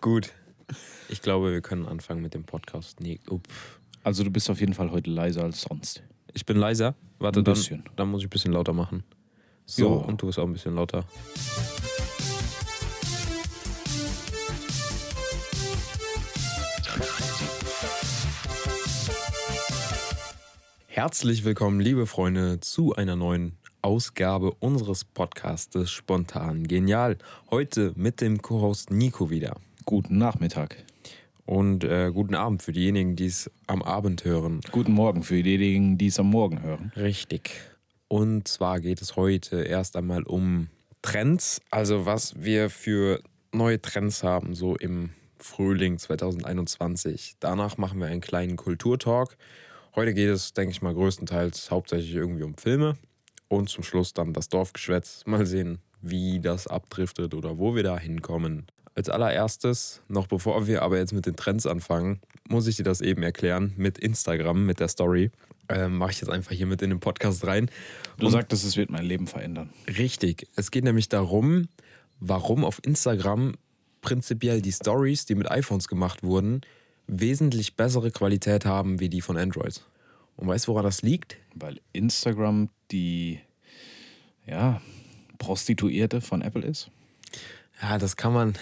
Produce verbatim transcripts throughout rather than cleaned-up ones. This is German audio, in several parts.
Gut. Ich glaube, wir können anfangen mit dem Podcast. Nee, upf. Also du bist auf jeden Fall heute leiser als sonst. Ich bin leiser. Warte, Ein dann, bisschen. dann muss ich ein bisschen lauter machen. So, Ja. und du bist auch ein bisschen lauter. Herzlich willkommen, liebe Freunde, zu einer neuen Ausgabe unseres Podcastes Spontan Genial. Heute mit dem Co-Host Nico wieder. Guten Nachmittag. Und äh, guten Abend für diejenigen, die es am Abend hören. Guten Morgen für diejenigen, die es am Morgen hören. Richtig. Und zwar geht es heute erst einmal um Trends, also was wir für neue Trends haben, so im Frühling zwanzig einundzwanzig. Danach machen wir einen kleinen Kulturtalk. Heute geht es, denke ich mal, größtenteils hauptsächlich irgendwie um Filme und zum Schluss dann das Dorfgeschwätz. Mal sehen, wie das abdriftet oder wo wir da hinkommen. Als allererstes, noch bevor wir aber jetzt mit den Trends anfangen, muss ich dir das eben erklären mit Instagram, mit der Story. Ähm, mache ich jetzt einfach hier mit in den Podcast rein. Du Und sagtest, es wird mein Leben verändern. richtig, es geht nämlich darum, warum auf Instagram prinzipiell die Stories, die mit iPhones gemacht wurden, wesentlich bessere Qualität haben wie die von Android. Und weißt du, woran das liegt? Weil Instagram die, ja, Prostituierte von Apple ist. Ja, das kann man,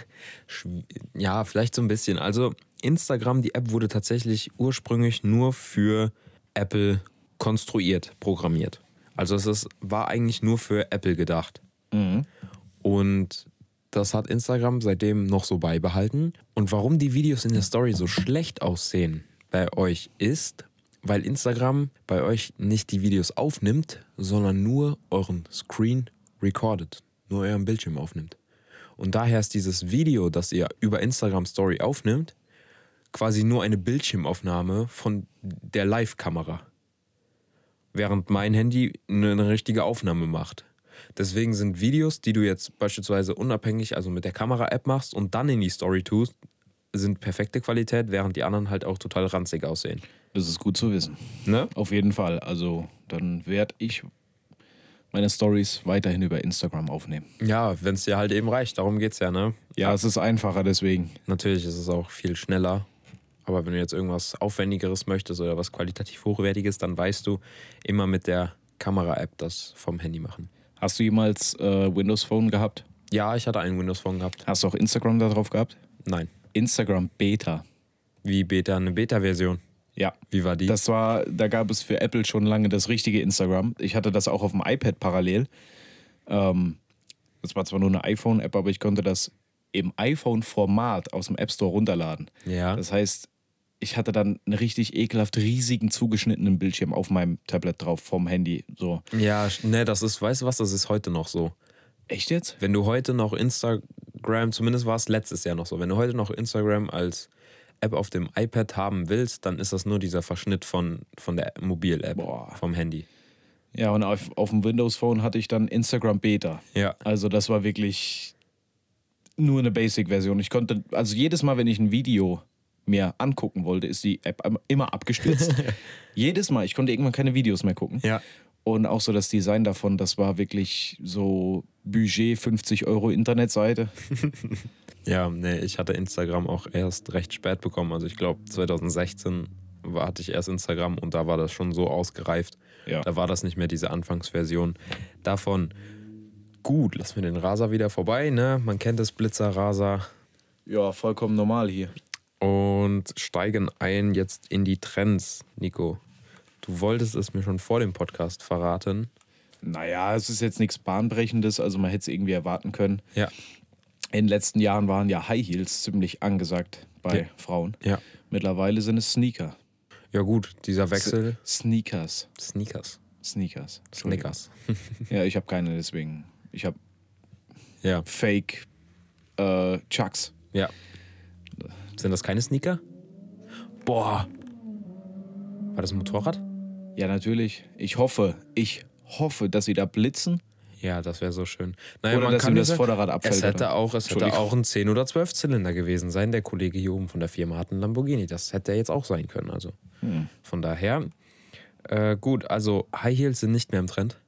ja, vielleicht so ein bisschen. Also Instagram, die App wurde tatsächlich ursprünglich nur für Apple konstruiert, programmiert. Also es ist, war eigentlich nur für Apple gedacht. Mhm. Und das hat Instagram seitdem noch so beibehalten. Und warum die Videos in der Story so schlecht aussehen bei euch ist, weil Instagram bei euch nicht die Videos aufnimmt, sondern nur euren Screen recordet, nur euren Bildschirm aufnimmt. Und daher ist dieses Video, das ihr über Instagram Story aufnimmt, quasi nur eine Bildschirmaufnahme von der Live-Kamera. Während mein Handy eine richtige Aufnahme macht. Deswegen sind Videos, die du jetzt beispielsweise unabhängig, also mit der Kamera-App machst und dann in die Story tust, sind perfekte Qualität, während die anderen halt auch total ranzig aussehen. Das ist gut zu wissen. Ne? Auf jeden Fall. Also dann werde ich meine Stories weiterhin über Instagram aufnehmen. Ja, wenn es dir halt eben reicht, darum geht's ja, ne? Ja, es ist einfacher deswegen. Natürlich ist es auch viel schneller, aber wenn du jetzt irgendwas Aufwendigeres möchtest oder was qualitativ Hochwertiges, dann weißt du, immer mit der Kamera-App das vom Handy machen. Hast du jemals äh, Windows Phone gehabt? Ja, ich hatte einen Windows Phone gehabt. Hast du auch Instagram da drauf gehabt? Nein. Instagram Beta. Wie Beta, eine Beta-Version. Ja. Wie war die? Das war, da gab es für Apple schon lange das richtige Instagram. Ich hatte das auch auf dem iPad parallel. Ähm, das war zwar nur eine iPhone-App, aber ich konnte das im iPhone-Format aus dem App Store runterladen. ja. Das heißt, ich hatte dann einen richtig ekelhaft riesigen zugeschnittenen Bildschirm auf meinem Tablet drauf vom Handy. So. Ja, ne, das ist, weißt du was, das ist heute noch so. Echt jetzt? Wenn du heute noch Instagram, zumindest war es letztes Jahr noch so, wenn du heute noch Instagram als App auf dem iPad haben willst, dann ist das nur dieser Verschnitt von, von der Mobil-App, Boah. vom Handy. Ja, und auf, auf dem Windows Phone hatte ich dann Instagram Beta. Ja. Also das war wirklich nur eine Basic-Version. Ich konnte, also jedes Mal, wenn ich ein Video mir angucken wollte, ist die App immer abgestürzt. Jedes Mal. Ich konnte irgendwann keine Videos mehr gucken. Ja. Und auch so das Design davon, das war wirklich so Budget fünfzig Euro Internetseite. Ja, nee, ich hatte Instagram auch erst recht spät bekommen. Also ich glaube zwanzig sechzehn war, hatte ich erst Instagram und da war das schon so ausgereift. Ja. Da war das nicht mehr diese Anfangsversion davon. Gut, lassen wir den Raser wieder vorbei, ne? Man kennt es, Blitzer, Raser. Ja, vollkommen normal hier. Und steigen ein jetzt in die Trends, Nico. Du wolltest es mir schon vor dem Podcast verraten. Naja, es ist jetzt nichts Bahnbrechendes, also man hätte es irgendwie erwarten können. Ja. In den letzten Jahren waren ja High Heels ziemlich angesagt bei Ja. Frauen. Ja. Mittlerweile sind es Sneaker. Ja gut, dieser Wechsel. S- Sneakers. Sneakers. Sneakers. Entschuldigung. Snickers. Ja, ich habe keine, deswegen. Ich habe Ja. Fake äh, Chucks. Ja. Sind das keine Sneaker? Boah. War das ein Motorrad? Ja, natürlich. Ich hoffe, ich hoffe, dass sie da blitzen. Ja, das wäre so schön. Naja, Oder man dass kann ihm das diese- Vorderrad abfällt. Es hätte oder? auch, es hätte Entschuldigung. auch ein zehn oder zwölf Zylinder gewesen sein. Der Kollege hier oben von der Firma hat einen Lamborghini. Das hätte er jetzt auch sein können. Also Hm. von daher, äh, gut, also High Heels sind nicht mehr im Trend.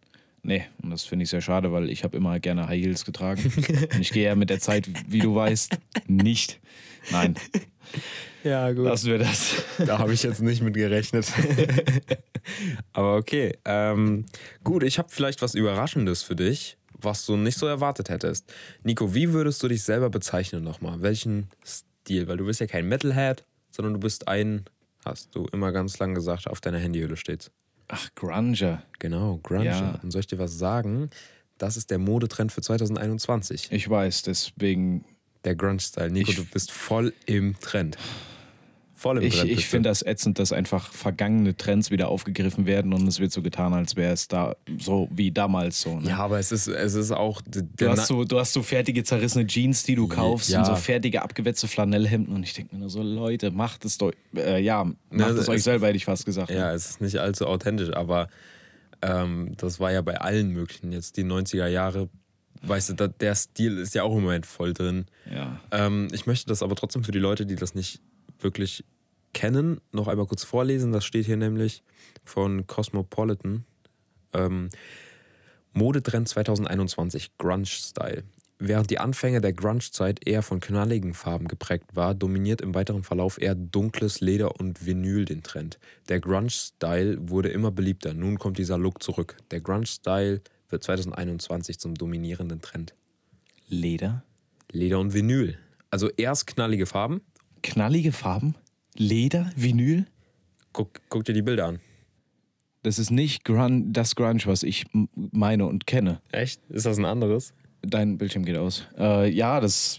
Nee, und das finde ich sehr schade, weil ich habe immer gerne High Heels getragen. Und ich gehe ja mit der Zeit, wie du weißt, nicht. Nein. Ja, gut. Lassen wir das. Da habe ich jetzt nicht mit gerechnet. Aber okay. Ähm, gut, ich habe vielleicht was Überraschendes für dich, was du nicht so erwartet hättest. Nico, wie würdest du dich selber bezeichnen nochmal? Welchen Stil? Weil du bist ja kein Metalhead, sondern du bist ein, hast du immer ganz lang gesagt, auf deiner Handyhülle steht's. Ach, Grunger. Genau, Grunge. Ja. Und soll ich dir was sagen? Das ist der Modetrend für zwanzig einundzwanzig. Ich weiß, deswegen. Der Grunge-Style. Nico, Ich- du bist voll im Trend. Voll im Ich, Trend. ich bist du. finde das ätzend, dass einfach vergangene Trends wieder aufgegriffen werden und es wird so getan, als wäre es da so wie damals so. Ne? Ja, aber es ist, es ist auch. d- Du Der hast, Na- so, du hast so fertige zerrissene Jeans, die du kaufst Ja. und so fertige abgewetzte Flanellhemden und ich denke mir nur so, Leute, macht es doch, äh, ja, macht Ne, es euch es- selber, hätte ich fast gesagt. ja, Ne? es ist nicht allzu authentisch, aber ähm, das war ja bei allen möglichen. Jetzt die neunziger Jahre, weißt du, da, der Stil ist ja auch im Moment voll drin. Ja. Ähm, ich möchte das aber trotzdem für die Leute, die das nicht wirklich kennen, noch einmal kurz vorlesen. Das steht hier nämlich von Cosmopolitan. Ähm, Modetrend zwanzig einundzwanzig, Grunge-Style. Während die Anfänge der Grunge-Zeit eher von knalligen Farben geprägt war, dominiert im weiteren Verlauf eher dunkles Leder und Vinyl den Trend. Der Grunge-Style wurde immer beliebter. Nun kommt dieser Look zurück. Der Grunge-Style wird zwanzig einundzwanzig zum dominierenden Trend. Leder, Leder und Vinyl. Also erst knallige Farben. knallige Farben, Leder, Vinyl. Guck, guck dir die Bilder an. Das ist nicht Grun das Grunge, was ich m- meine und kenne. Echt? Ist das ein anderes? Dein Bildschirm geht aus. Äh, ja, das,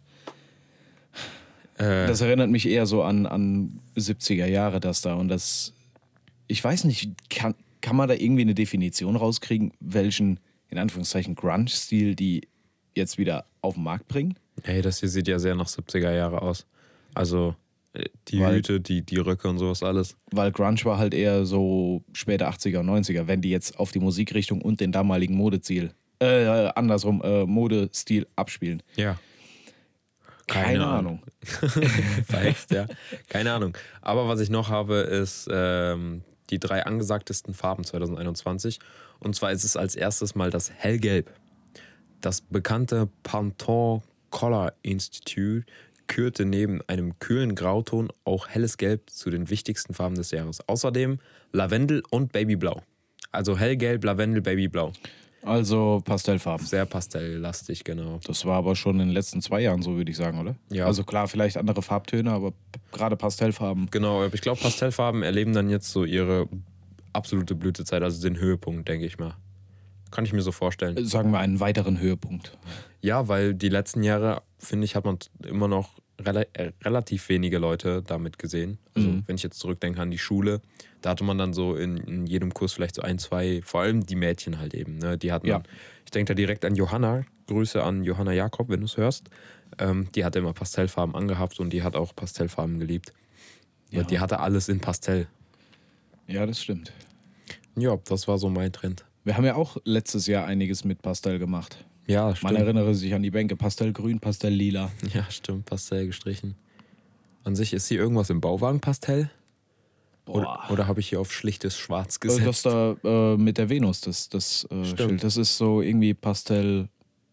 Äh, das erinnert mich eher so an, an siebziger Jahre, das da. Und das, ich weiß nicht, kann, kann man da irgendwie eine Definition rauskriegen, welchen, in Anführungszeichen, Grunge-Stil die jetzt wieder auf den Markt bringen? Hey, das hier sieht ja sehr nach siebziger Jahre aus. Also äh, die Weil- Hüte, die, die Röcke und sowas alles. Weil Grunge war halt eher so späte achtziger und neunziger, wenn die jetzt auf die Musikrichtung und den damaligen Modeziel, äh, andersrum, äh, Modestil abspielen. Ja. Keine, Ahnung. Verhext, ja. Keine Ahnung. Aber was ich noch habe, ist ähm, die drei angesagtesten Farben zwanzig einundzwanzig. Und zwar ist es als erstes mal das Hellgelb. Das bekannte Pantone Color Institute kürte neben einem kühlen Grauton auch helles Gelb zu den wichtigsten Farben des Jahres. Außerdem Lavendel und Babyblau. Also Hellgelb, Lavendel, Babyblau. Also Pastellfarben. Sehr pastelllastig, genau. Das war aber schon in den letzten zwei Jahren so, würde ich sagen, oder? Ja. Also klar, vielleicht andere Farbtöne, aber p- gerade Pastellfarben. Genau, aber ich glaube, Pastellfarben erleben dann jetzt so ihre absolute Blütezeit, also den Höhepunkt, denke ich mal. Kann ich mir so vorstellen. Sagen wir einen weiteren Höhepunkt. Ja, weil die letzten Jahre, finde ich, hat man immer noch rela äh, relativ wenige Leute damit gesehen. Also Mhm. wenn ich jetzt zurückdenke an die Schule, da hatte man dann so in, in jedem Kurs vielleicht so ein, zwei, vor allem die Mädchen halt eben, ne? Die hatten Ja. dann, ich denke da direkt an Johanna, Grüße an Johanna Jakob, wenn du es hörst. Ähm, die hatte immer Pastellfarben angehabt und die hat auch Pastellfarben geliebt. Ja. Und die hatte alles in Pastell. Ja, das stimmt. Ja, das war so mein Trend. Wir haben ja auch letztes Jahr einiges mit Pastell gemacht. Ja, Man stimmt. erinnere sich an die Bänke. Pastellgrün, Pastelllila. Ja, stimmt, Pastell gestrichen. An sich ist hier irgendwas im Bauwagen Pastell? Oder, oder habe ich hier auf schlichtes Schwarz Also gesetzt? das da äh, mit der Venus, das, das äh, Stimmt. Schild, das ist so irgendwie Pastell,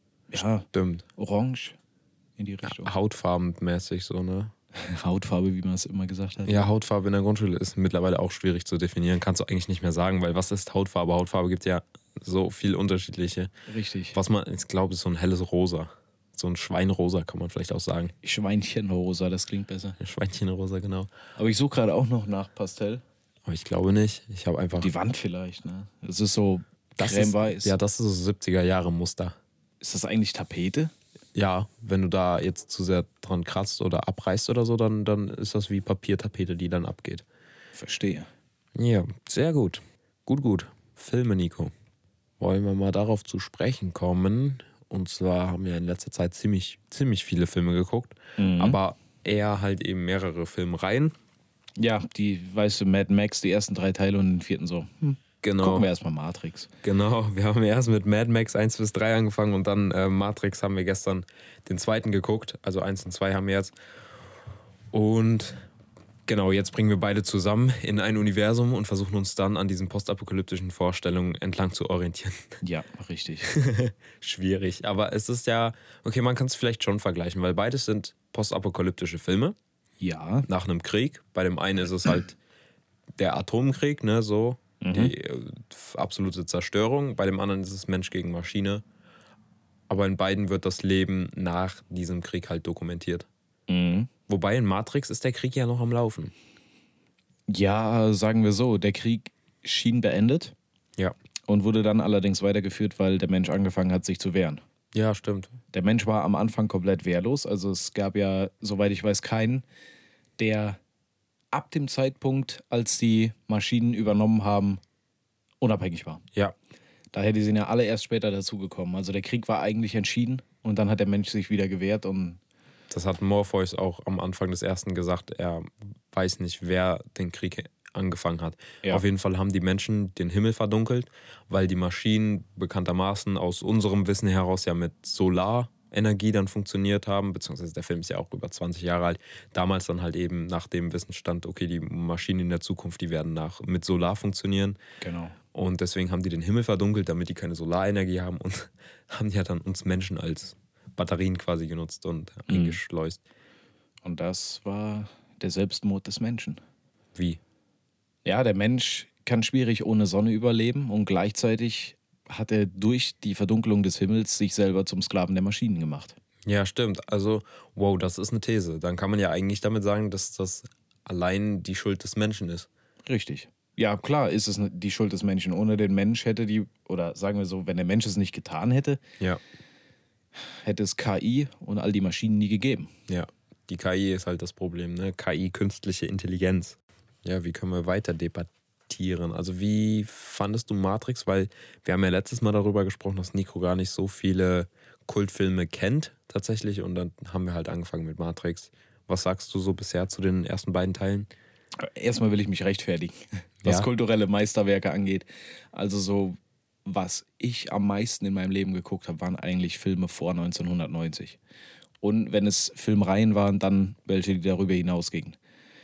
ja, Stimmt. orange in die Richtung. Hautfarbenmäßig so, ne? Hautfarbe, wie man es immer gesagt hat. Ja, Hautfarbe in der Grundschule ist mittlerweile auch schwierig zu definieren. Kannst du eigentlich nicht mehr sagen, weil was ist Hautfarbe? Hautfarbe gibt ja so viel unterschiedliche. Richtig. Was man, ich glaube, ist so ein helles Rosa. So ein Schweinrosa kann man vielleicht auch sagen. Schweinchenrosa, das klingt besser. Ein Schweinchenrosa, genau. Aber ich suche gerade auch noch nach Pastell. Aber ich glaube nicht. Ich habe einfach. Die Wand vielleicht, ne? Das ist so das creme-weiß. ist, ja, das ist so siebziger Jahre Muster. Ist das eigentlich Tapete? Ja, wenn du da jetzt zu sehr dran kratzt oder abreißt oder so, dann, dann ist das wie Papiertapete, die dann abgeht. Verstehe. Ja, sehr gut. Gut, gut. Filme, Nico. Wollen wir mal darauf zu sprechen kommen? Und zwar haben wir in letzter Zeit ziemlich, ziemlich viele Filme geguckt, Mhm. aber eher halt eben mehrere Filmreihen. Ja, die, weißt du, Mad Max, die ersten drei Teile und den vierten so. Hm. Genau. Gucken wir erstmal Matrix. Genau, wir haben erst mit Mad Max eins bis drei angefangen und dann äh, Matrix haben wir gestern den zweiten geguckt. Also eins und zwei haben wir jetzt. Und Genau, jetzt bringen wir beide zusammen in ein Universum und versuchen uns dann an diesen postapokalyptischen Vorstellungen entlang zu orientieren. Ja, richtig. Schwierig, aber es ist ja, okay, man kann es vielleicht schon vergleichen, weil beides sind postapokalyptische Filme Ja. nach einem Krieg. Bei dem einen ist es halt der Atomkrieg, ne, so, Mhm. die äh, absolute Zerstörung. Bei dem anderen ist es Mensch gegen Maschine. Aber in beiden wird das Leben nach diesem Krieg halt dokumentiert. Mhm. Wobei in Matrix ist der Krieg ja noch am Laufen. Ja, sagen wir so, der Krieg schien beendet Ja. und wurde dann allerdings weitergeführt, weil der Mensch angefangen hat, sich zu wehren. Ja, stimmt. Der Mensch war am Anfang komplett wehrlos. Also es gab ja, soweit ich weiß, keinen, der ab dem Zeitpunkt, als die Maschinen übernommen haben, unabhängig war. Ja. Daher, die sind ja alle erst später dazugekommen. Also der Krieg war eigentlich entschieden und dann hat der Mensch sich wieder gewehrt und Das hat Morpheus auch am Anfang des ersten gesagt. Er weiß nicht, wer den Krieg angefangen hat. Ja. Auf jeden Fall haben die Menschen den Himmel verdunkelt, weil die Maschinen bekanntermaßen aus unserem Wissen heraus ja mit Solarenergie dann funktioniert haben, beziehungsweise der Film ist ja auch über zwanzig Jahre alt. Damals dann halt eben nach dem Wissensstand, okay, die Maschinen in der Zukunft, die werden nach, mit Solar funktionieren. genau. Und deswegen haben die den Himmel verdunkelt, damit die keine Solarenergie haben und haben ja dann uns Menschen als Batterien quasi genutzt und Mhm. eingeschleust. Und das war der Selbstmord des Menschen. Wie? Ja, der Mensch kann schwierig ohne Sonne überleben und gleichzeitig hat er durch die Verdunkelung des Himmels sich selber zum Sklaven der Maschinen gemacht. Ja, stimmt. Also, wow, das ist eine These. Dann kann man ja eigentlich damit sagen, dass das allein die Schuld des Menschen ist. Richtig. Ja, klar ist es die Schuld des Menschen. Ohne den Mensch hätte die, oder sagen wir so, wenn der Mensch es nicht getan hätte, Ja, hätte es K I und all die Maschinen nie gegeben. ja. Die K I ist halt das Problem, ne? K I, künstliche Intelligenz. Ja, wie können wir weiter debattieren? Also, wie fandest du Matrix? Weil wir haben ja letztes Mal darüber gesprochen, dass Nico gar nicht so viele Kultfilme kennt, tatsächlich. Und dann haben wir halt angefangen mit Matrix. Was sagst du so bisher zu den ersten beiden Teilen? Erstmal will ich mich rechtfertigen, was Ja. kulturelle Meisterwerke angeht. Also so, was ich am meisten in meinem Leben geguckt habe, waren eigentlich Filme vor neunzehnhundertneunzig. Und wenn es Filmreihen waren, dann welche, die darüber hinausgingen.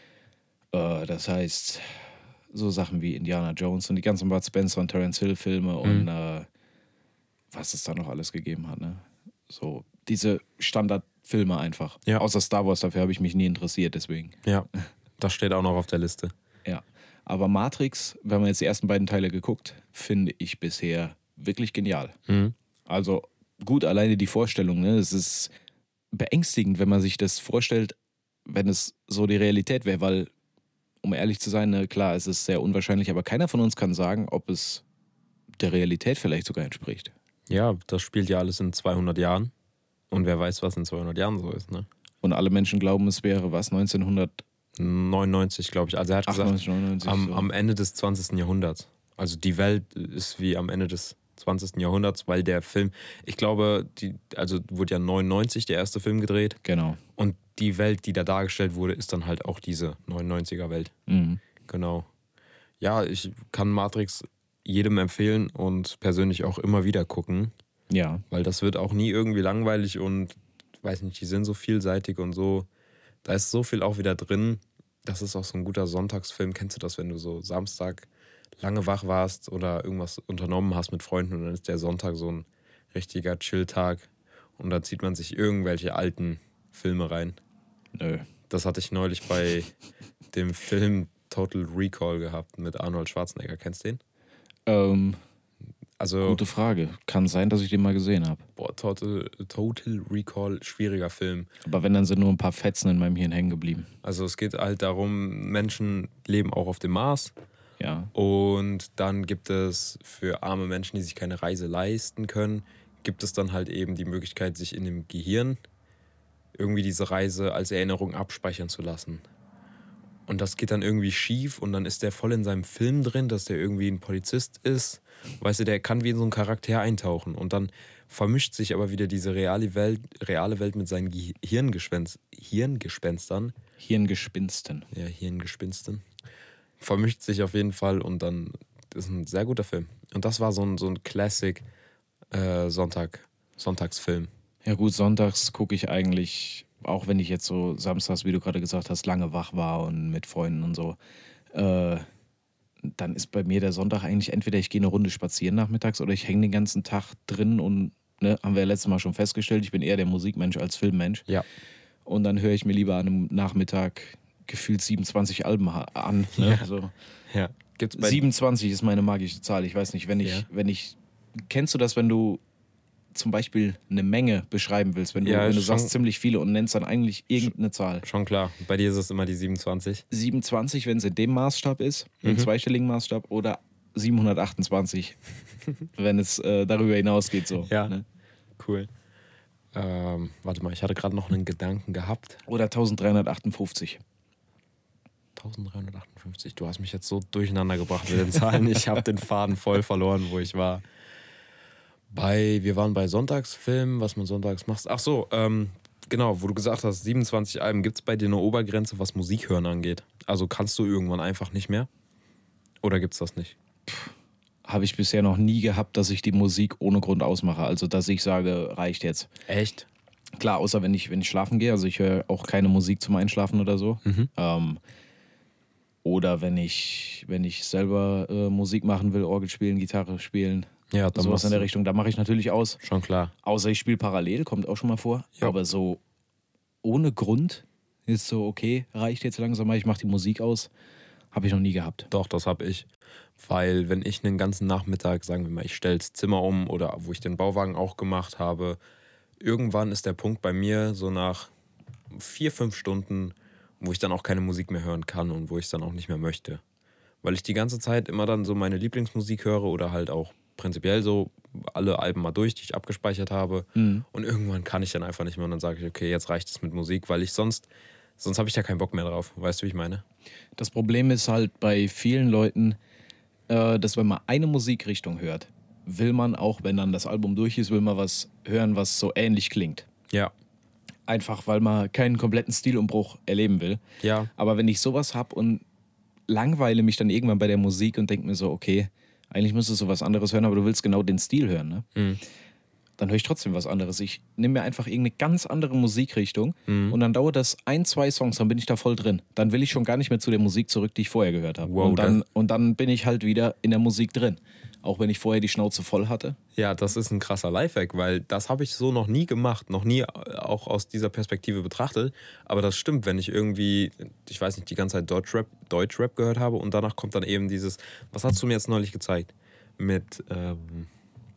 Äh, das heißt, so Sachen wie Indiana Jones und die ganzen Bud Spencer und Terence Hill Filme und äh, was es da noch alles gegeben hat. Ne? So diese Standardfilme einfach. Ja. Außer Star Wars, dafür habe ich mich nie interessiert, deswegen. Ja, das steht auch noch auf der Liste. Ja, aber Matrix, wenn man jetzt die ersten beiden Teile geguckt, finde ich bisher wirklich genial. Mhm. Also gut, alleine die Vorstellung, ne? Es ist beängstigend, wenn man sich das vorstellt, wenn es so die Realität wäre, weil, um ehrlich zu sein, ne, klar, es ist sehr unwahrscheinlich, aber keiner von uns kann sagen, ob es der Realität vielleicht sogar entspricht. Ja, das spielt ja alles in zweihundert Jahren. Und wer weiß, was in zweihundert Jahren so ist, ne? Und alle Menschen glauben, es wäre was, neunzehnhundertachtundneunzig, neunundneunzig, glaube ich. Also er hat gesagt, neunundneunzig. am, so. am Ende des zwanzigsten Jahrhunderts. Also die Welt ist wie am Ende des zwanzigsten Jahrhunderts, weil der Film, ich glaube, die, also wurde ja neunundneunzig der erste Film gedreht Genau. und die Welt, die da dargestellt wurde, ist dann halt auch diese neunundneunziger Welt. Mhm. Genau. Ja, ich kann Matrix jedem empfehlen und persönlich auch immer wieder gucken, Ja. weil das wird auch nie irgendwie langweilig und, weiß nicht, die sind so vielseitig und so, da ist so viel auch wieder drin. Das ist auch so ein guter Sonntagsfilm. Kennst du das, wenn du so Samstag lange wach warst oder irgendwas unternommen hast mit Freunden und dann ist der Sonntag so ein richtiger Chill-Tag und da zieht man sich irgendwelche alten Filme rein. Nö. Das hatte ich neulich bei dem Film Total Recall gehabt mit Arnold Schwarzenegger. Kennst du den? Ähm, Also, gute Frage. Kann sein, dass ich den mal gesehen habe. boah, Total, Total Recall, schwieriger Film. Aber wenn, dann sind nur ein paar Fetzen in meinem Hirn hängen geblieben. Also es geht halt darum, Menschen leben auch auf dem Mars. Ja. Und dann gibt es für arme Menschen, die sich keine Reise leisten können, gibt es dann halt eben die Möglichkeit, sich in dem Gehirn irgendwie diese Reise als Erinnerung abspeichern zu lassen. Und das geht dann irgendwie schief und dann ist der voll in seinem Film drin, dass der irgendwie ein Polizist ist. Weißt du, der kann wie in so einen Charakter eintauchen. Und dann vermischt sich aber wieder diese reale Welt, reale Welt mit seinen Hirngespenst, Hirngespenstern. Hirngespinsten. Ja, Hirngespinsten. Vermischt sich auf jeden Fall und dann ist ein sehr guter Film. Und das war so ein, so ein Classic äh, Sonntag, Sonntagsfilm. Ja gut, sonntags gucke ich eigentlich auch wenn ich jetzt so samstags, wie du gerade gesagt hast, lange wach war und mit Freunden und so, äh, dann ist bei mir der Sonntag eigentlich entweder ich gehe eine Runde spazieren nachmittags oder ich hänge den ganzen Tag drin und, ne, haben wir ja letztes Mal schon festgestellt, ich bin eher der Musikmensch als Filmmensch. Ja. Und dann höre ich mir lieber an einem Nachmittag gefühlt siebenundzwanzig Alben ha- an. Ne? Ja. So. Ja. Gibt's bei siebenundzwanzig ist meine magische Zahl. Ich weiß nicht, wenn ich, Ja. wenn ich, kennst du das, wenn du zum Beispiel eine Menge beschreiben willst, wenn du, Ja, wenn du schon- sagst ziemlich viele und nennst dann eigentlich irgendeine Zahl. Schon klar. Bei dir ist es immer die siebenundzwanzig. siebenundzwanzig, wenn es in dem Maßstab ist, im Mhm. zweistelligen Maßstab, oder siebenhundertachtundzwanzig, wenn es äh, darüber hinausgeht. So, Ja. ne? Cool. Ähm, warte mal, ich hatte gerade noch einen Gedanken gehabt. Oder eintausenddreihundertachtundfünfzig. eintausenddreihundertachtundfünfzig. Du hast mich jetzt so durcheinander gebracht mit den Zahlen. Ich habe den Faden voll verloren, wo ich war. Bei, wir waren bei Sonntagsfilmen, was man sonntags macht. Ach so, ähm, genau, wo du gesagt hast, siebenundzwanzig Alben. Gibt es bei dir eine Obergrenze, was Musik hören angeht? Also kannst du irgendwann einfach nicht mehr? Oder gibt es das nicht? Habe ich bisher noch nie gehabt, dass ich die Musik ohne Grund ausmache. Also, dass ich sage, reicht jetzt. Echt? Klar, außer wenn ich, wenn ich schlafen gehe. Also, ich höre auch keine Musik zum Einschlafen oder so. Mhm. Ähm, oder wenn ich, wenn ich selber äh, Musik machen will, Orgel spielen, Gitarre spielen, Ja, dann sowas machst in der du- Richtung, da mache ich natürlich aus. Schon klar. Außer ich spiele parallel, kommt auch schon mal vor. Ja. Aber so ohne Grund ist so, okay, reicht jetzt langsam mal, ich mache die Musik aus. Habe ich noch nie gehabt. Doch, das habe ich. Weil wenn ich einen ganzen Nachmittag, sagen wir mal, ich stelle das Zimmer um oder wo ich den Bauwagen auch gemacht habe, irgendwann ist der Punkt bei mir so nach vier, fünf Stunden, wo ich dann auch keine Musik mehr hören kann und wo ich es dann auch nicht mehr möchte. Weil ich die ganze Zeit immer dann so meine Lieblingsmusik höre oder halt auch prinzipiell so alle Alben mal durch, die ich abgespeichert habe. Mhm. Und irgendwann kann ich dann einfach nicht mehr und dann sage ich, okay, jetzt reicht es mit Musik, weil ich sonst, sonst habe ich ja keinen Bock mehr drauf. Weißt du, wie ich meine? Das Problem ist halt bei vielen Leuten, äh, dass wenn man eine Musikrichtung hört, will man auch, wenn dann das Album durch ist, will man was hören, was so ähnlich klingt. Ja. Einfach, weil man keinen kompletten Stilumbruch erleben will. Ja. Aber wenn ich sowas habe und langweile mich dann irgendwann bei der Musik und denke mir so, okay, eigentlich müsstest du was anderes hören, aber du willst genau den Stil hören, ne? Mhm. Dann höre ich trotzdem was anderes. Ich nehme mir einfach irgendeine ganz andere Musikrichtung Mhm. und dann dauert das ein, zwei Songs, dann bin ich da voll drin. Dann will ich schon gar nicht mehr zu der Musik zurück, die ich vorher gehört habe. Wow, und, dann, das- und dann bin ich halt wieder in der Musik drin. Auch wenn ich vorher die Schnauze voll hatte. Ja, das ist ein krasser Lifehack, weil das habe ich so noch nie gemacht, noch nie auch aus dieser Perspektive betrachtet. Aber das stimmt, wenn ich irgendwie, ich weiß nicht, die ganze Zeit Deutschrap, Deutschrap gehört habe und danach kommt dann eben dieses, was hast du mir jetzt neulich gezeigt? Mit ähm,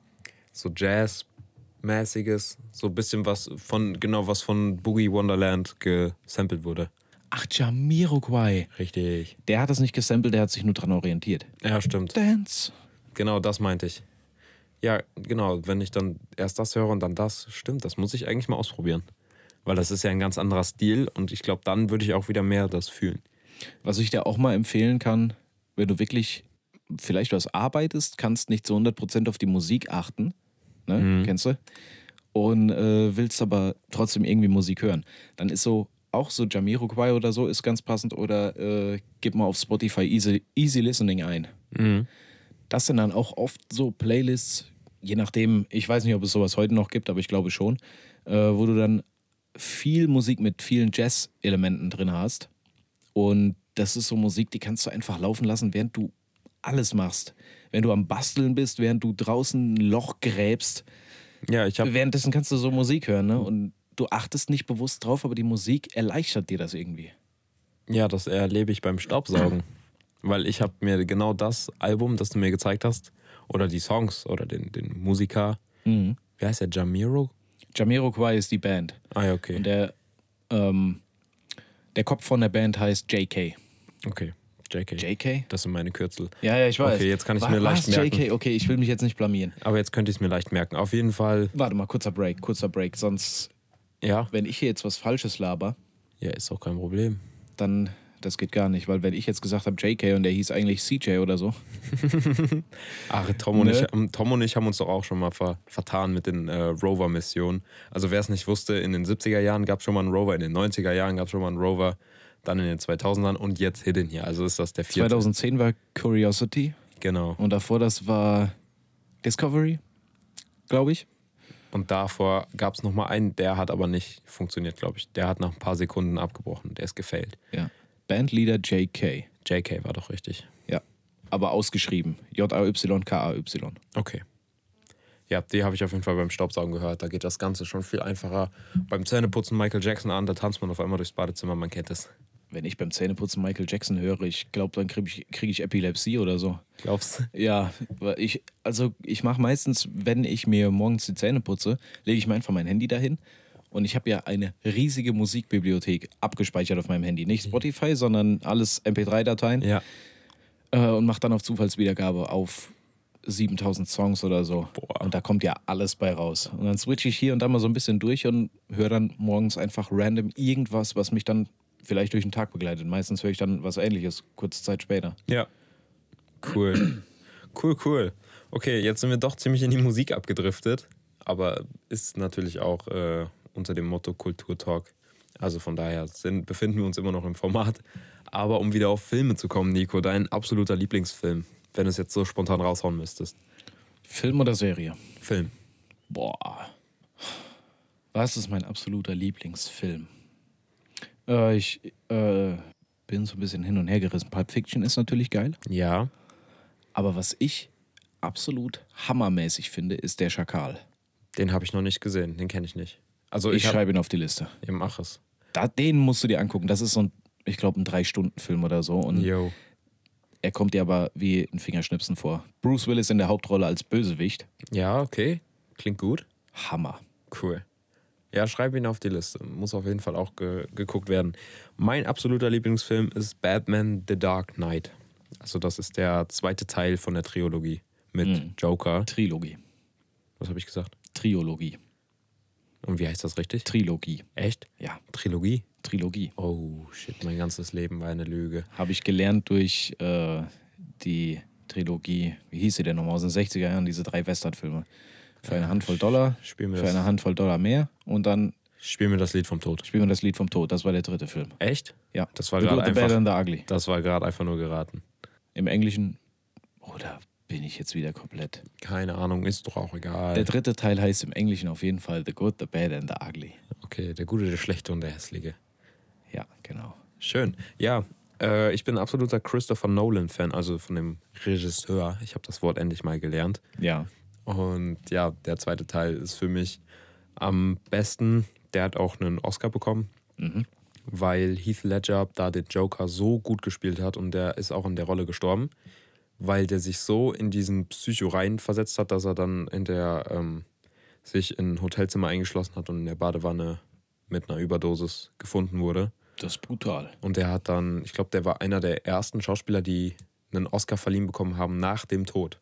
so Jazz-mäßiges, so ein bisschen was von, genau was von Boogie Wonderland gesampelt wurde. Ach, Jamiroquai. Richtig. Der hat das nicht gesampelt, der hat sich nur dran orientiert. Ja, stimmt. Dance. Genau, das meinte ich. Ja, genau, wenn ich dann erst das höre und dann das, stimmt, das muss ich eigentlich mal ausprobieren. Weil das ist ja ein ganz anderer Stil und ich glaube, dann würde ich auch wieder mehr das fühlen. Was ich dir auch mal empfehlen kann, wenn du wirklich vielleicht was arbeitest, kannst nicht zu hundert Prozent auf die Musik achten, ne? Mhm. Kennst du? Und äh, willst aber trotzdem irgendwie Musik hören. Dann ist so, auch so Jamiroquai oder so ist ganz passend oder äh, gib mal auf Spotify Easy, Easy Listening ein. Mhm. Das sind dann auch oft so Playlists, je nachdem, ich weiß nicht, ob es sowas heute noch gibt, aber ich glaube schon, äh, wo du dann viel Musik mit vielen Jazz-Elementen drin hast. Und das ist so Musik, die kannst du einfach laufen lassen, während du alles machst. Wenn du am Basteln bist, während du draußen ein Loch gräbst. Ja, ich habe Währenddessen kannst du so Musik hören, ne? Und du achtest nicht bewusst drauf, aber die Musik erleichtert dir das irgendwie. ja, das erlebe ich beim Staubsaugen. Weil ich habe mir genau das Album, das du mir gezeigt hast, oder die Songs oder den, den Musiker, Mhm. wie heißt der, Jamiro? Jamiroquai ist die Band. Ah ja, okay. Und der, ähm, der Kopf von der Band heißt J K. Okay, J K. J K? Das sind meine Kürzel. Ja, ja, ich weiß. Okay, jetzt kann ich Wa- mir leicht was, merken. J K? Okay, ich will mich jetzt nicht blamieren. Aber jetzt könnte ich es mir leicht merken. Auf jeden Fall, Warte mal, kurzer Break, kurzer Break. Sonst, ja. wenn ich hier jetzt was Falsches laber, Ja, ist auch kein Problem. dann, das geht gar nicht. Weil wenn ich jetzt gesagt habe J K und der hieß eigentlich C J oder so. Ach, Tom und, Ne? ich, ähm, Tom und ich haben uns doch auch schon mal ver, vertan mit den äh, Rover-Missionen. Also wer es nicht wusste, in den siebziger Jahren gab es schon mal einen Rover, in den neunziger Jahren gab es schon mal einen Rover, dann in den zweitausendern und jetzt Hidden hier. Also ist das der vierte. zweitausendzehn war Curiosity Genau. und davor das war Discovery, glaube ich. Und davor gab es nochmal einen, der hat aber nicht funktioniert, glaube ich. Der hat nach ein paar Sekunden abgebrochen. Der ist gefailt. Ja. Bandleader J K. J K war doch richtig. Ja. Aber ausgeschrieben. J A Y K A Y. Okay. Ja, die habe ich auf jeden Fall beim Staubsaugen gehört. Da geht das Ganze schon viel einfacher. Beim Zähneputzen Michael Jackson an, da tanzt man auf einmal durchs Badezimmer, man kennt es. Wenn ich beim Zähneputzen Michael Jackson höre, ich glaube, dann kriege ich, krieg ich Epilepsie oder so. Glaubst du? Ja, weil ich, also ich mache meistens, wenn ich mir morgens die Zähne putze, lege ich mir einfach mein Handy dahin. Und ich habe ja eine riesige Musikbibliothek abgespeichert auf meinem Handy. Nicht Spotify, sondern alles M P drei Dateien. Ja. Äh, und mache dann auf Zufallswiedergabe auf siebentausend Songs oder so. Boah. Und da kommt ja alles bei raus. Und dann switche ich hier und da mal so ein bisschen durch und höre dann morgens einfach random irgendwas, was mich dann vielleicht durch den Tag begleitet. Meistens höre ich dann was Ähnliches, kurze Zeit später. Ja. Cool. Cool, cool. Okay, jetzt sind wir doch ziemlich in die Musik abgedriftet. Aber ist natürlich auch äh, unter dem Motto Kulturtalk. Also von daher sind, befinden wir uns immer noch im Format. Aber um wieder auf Filme zu kommen, Nico, dein absoluter Lieblingsfilm, wenn du es jetzt so spontan raushauen müsstest. Film oder Serie? Film. Boah. Was ist mein absoluter Lieblingsfilm? Äh, ich äh, bin so ein bisschen hin und her gerissen. Pulp Fiction ist natürlich geil. Ja. Aber was ich absolut hammermäßig finde, ist Der Schakal. Den habe ich noch nicht gesehen, den kenne ich nicht. Also Ich, ich, hab, schreibe ihn auf die Liste. Ja, mach es. Da, den musst du dir angucken. Das ist so ein, ich glaube, ein Drei-Stunden-Film oder so. Und Yo. er kommt dir aber wie ein Fingerschnipsen vor. Bruce Willis in der Hauptrolle als Bösewicht. Ja, okay. Klingt gut. Hammer. Cool. Ja, schreib ihn auf die Liste. Muss auf jeden Fall auch ge geguckt werden. Mein absoluter Lieblingsfilm ist Batman The Dark Knight. Also das ist der zweite Teil von der Trilogie mit Mhm. Joker. Trilogie. Was habe ich gesagt? Triologie. Und wie heißt das richtig? Trilogie. Echt? Ja, Trilogie? Trilogie. Oh, shit, mein ganzes Leben war eine Lüge. Habe ich gelernt durch äh, die Trilogie, wie hieß sie denn nochmal, aus den sechziger Jahren, diese drei Westernfilme. Für eine Handvoll Dollar, Spiel mir für das, eine Handvoll Dollar mehr und dann spiel mir das Lied vom Tod. spielen wir das Lied vom Tod. Das war der dritte Film. Echt? Ja. Das war The gerade Good, the Bad einfach, and the Ugly. das war gerade einfach nur geraten. Im Englischen, oder bin ich jetzt wieder komplett? Keine Ahnung, ist doch auch egal. Der dritte Teil heißt im Englischen auf jeden Fall The Good, the Bad and the Ugly. Okay, der Gute, der Schlechte und der Hässliche. Ja, genau. Schön. Ja, äh, ich bin ein absoluter Christopher Nolan-Fan, also von dem Regisseur. Ich habe das Wort endlich mal gelernt. Ja. Und ja, der zweite Teil ist für mich am besten. Der hat auch einen Oscar bekommen, Mhm. weil Heath Ledger da den Joker so gut gespielt hat und der ist auch in der Rolle gestorben, weil der sich so in diesen Psycho rein versetzt hat, dass er dann hinterher ähm, sich in ein Hotelzimmer eingeschlossen hat und in der Badewanne mit einer Überdosis gefunden wurde. Das ist brutal. Und der hat dann, ich glaube, der war einer der ersten Schauspieler, die einen Oscar verliehen bekommen haben nach dem Tod.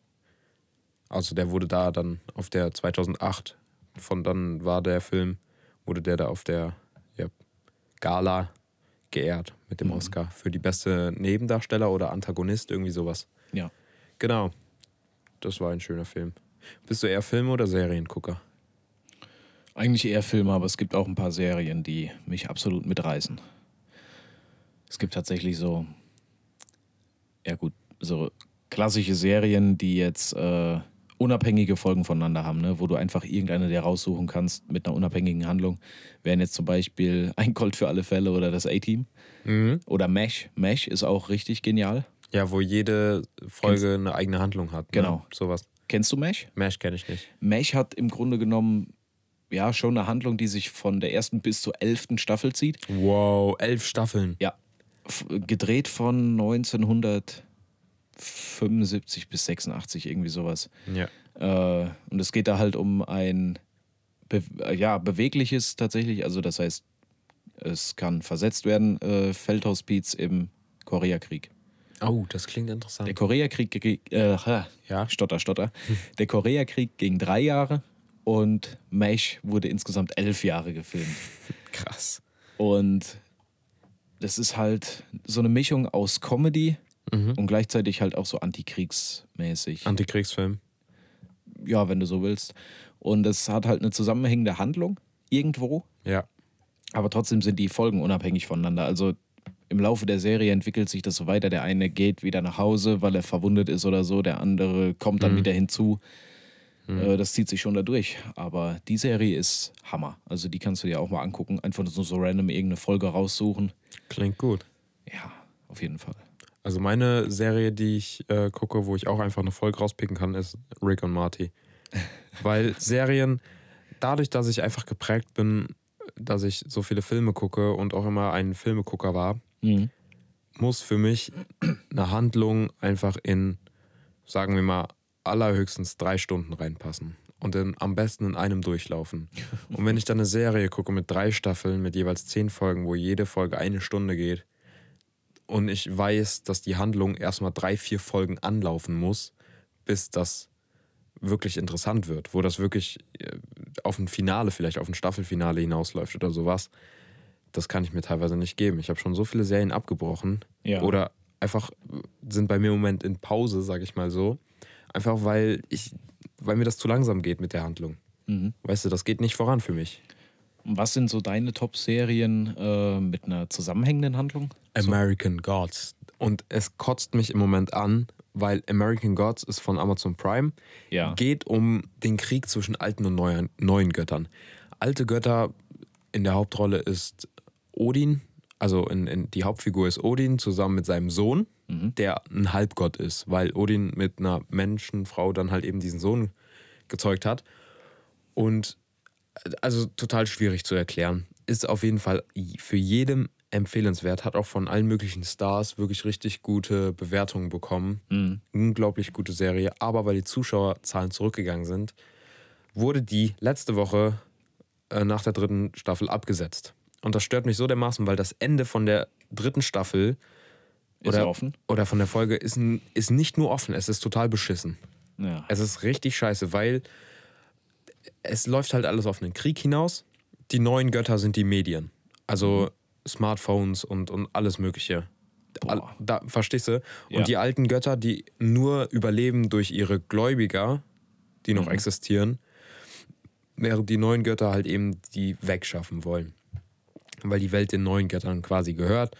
Also der wurde da dann auf der zweitausendacht, von dann war der Film, wurde der da auf der ja, Gala geehrt mit dem Mhm. Oscar für die beste Nebendarsteller oder Antagonist, irgendwie sowas. Ja. Genau, das war ein schöner Film. Bist du eher Film- oder Seriengucker? Eigentlich eher Filme, aber es gibt auch ein paar Serien, die mich absolut mitreißen. Es gibt tatsächlich so, ja gut, so klassische Serien, die jetzt äh, unabhängige Folgen voneinander haben, ne? Wo du einfach irgendeine dir raussuchen kannst mit einer unabhängigen Handlung. Wären jetzt zum Beispiel Ein Colt für alle Fälle oder das A-Team. Mhm. Oder Mesh. Mesh ist auch richtig genial. Ja, wo jede Folge eine eigene Handlung hat. Genau. Ne? Sowas. Kennst du Mesh? Mesh kenne ich nicht. Mesh hat im Grunde genommen ja schon eine Handlung, die sich von der ersten bis zur elften Staffel zieht. Wow, elf Staffeln. Ja. F gedreht von neunzehnhundertfünfundsiebzig bis sechsundachtzig, irgendwie sowas. Ja. Äh, und es geht da halt um ein be ja, bewegliches tatsächlich, also das heißt, es kann versetzt werden, äh, Feldhospiz im Koreakrieg. Oh, das klingt Der interessant. Koreakrieg, ge- äh, Ja. Stotter, Stotter. Der Koreakrieg ging drei Jahre und Mesh wurde insgesamt elf Jahre gefilmt. Krass. Und das ist halt so eine Mischung aus Comedy Mhm. und gleichzeitig halt auch so antikriegsmäßig. Antikriegsfilm. Ja, wenn du so willst. Und es hat halt eine zusammenhängende Handlung irgendwo, Ja. aber trotzdem sind die Folgen unabhängig voneinander. Also im Laufe der Serie entwickelt sich das so weiter. Der eine geht wieder nach Hause, weil er verwundet ist oder so. Der andere kommt dann Mhm. wieder hinzu. Äh, das zieht sich schon da durch. Aber die Serie ist Hammer. Also die kannst du dir auch mal angucken. Einfach so, so random irgendeine Folge raussuchen. Klingt gut. Ja, auf jeden Fall. Also meine Serie, die ich äh, gucke, wo ich auch einfach eine Folge rauspicken kann, ist Rick und Morty. Weil Serien, dadurch, dass ich einfach geprägt bin, dass ich so viele Filme gucke und auch immer ein Filmegucker war, Mhm. muss für mich eine Handlung einfach in, sagen wir mal, allerhöchstens drei Stunden reinpassen. Und in, am besten in einem durchlaufen. Und wenn ich dann eine Serie gucke mit drei Staffeln, mit jeweils zehn Folgen, wo jede Folge eine Stunde geht, und ich weiß, dass die Handlung erstmal drei, vier Folgen anlaufen muss, bis das wirklich interessant wird, wo das wirklich äh, auf ein Finale, vielleicht auf ein Staffelfinale hinausläuft oder sowas, das kann ich mir teilweise nicht geben. Ich habe schon so viele Serien abgebrochen Ja. oder einfach sind bei mir im Moment in Pause, sage ich mal so, einfach weil ich, weil mir das zu langsam geht mit der Handlung. Mhm. Weißt du, das geht nicht voran für mich. Und was sind so deine Top-Serien äh, mit einer zusammenhängenden Handlung? American Gods. Und es kotzt mich im Moment an, weil American Gods ist von Amazon Prime. Ja. Geht um den Krieg zwischen alten und neuen, neuen Göttern. Alte Götter, in der Hauptrolle ist Odin, also in, in, die Hauptfigur ist Odin zusammen mit seinem Sohn, Mhm. der ein Halbgott ist, weil Odin mit einer Menschenfrau dann halt eben diesen Sohn gezeugt hat. Und also total schwierig zu erklären. Ist auf jeden Fall für jedem empfehlenswert. Hat auch von allen möglichen Stars wirklich richtig gute Bewertungen bekommen. Mhm. Unglaublich gute Serie. Aber weil die Zuschauerzahlen zurückgegangen sind, wurde die letzte Woche äh, nach der dritten Staffel abgesetzt. Und das stört mich so dermaßen, weil das Ende von der dritten Staffel Ist oder, offen? oder von der Folge ist, n- ist nicht nur offen, es ist total beschissen. Ja. Es ist richtig scheiße, weil es läuft halt alles auf einen Krieg hinaus. Die neuen Götter sind die Medien. Also Smartphones und, und alles Mögliche. All, Boah. da, verstehst du? Und Ja. die alten Götter, die nur überleben durch ihre Gläubiger, die noch Mhm. existieren, während die neuen Götter halt eben die wegschaffen wollen. Weil die Welt den neuen Göttern quasi gehört.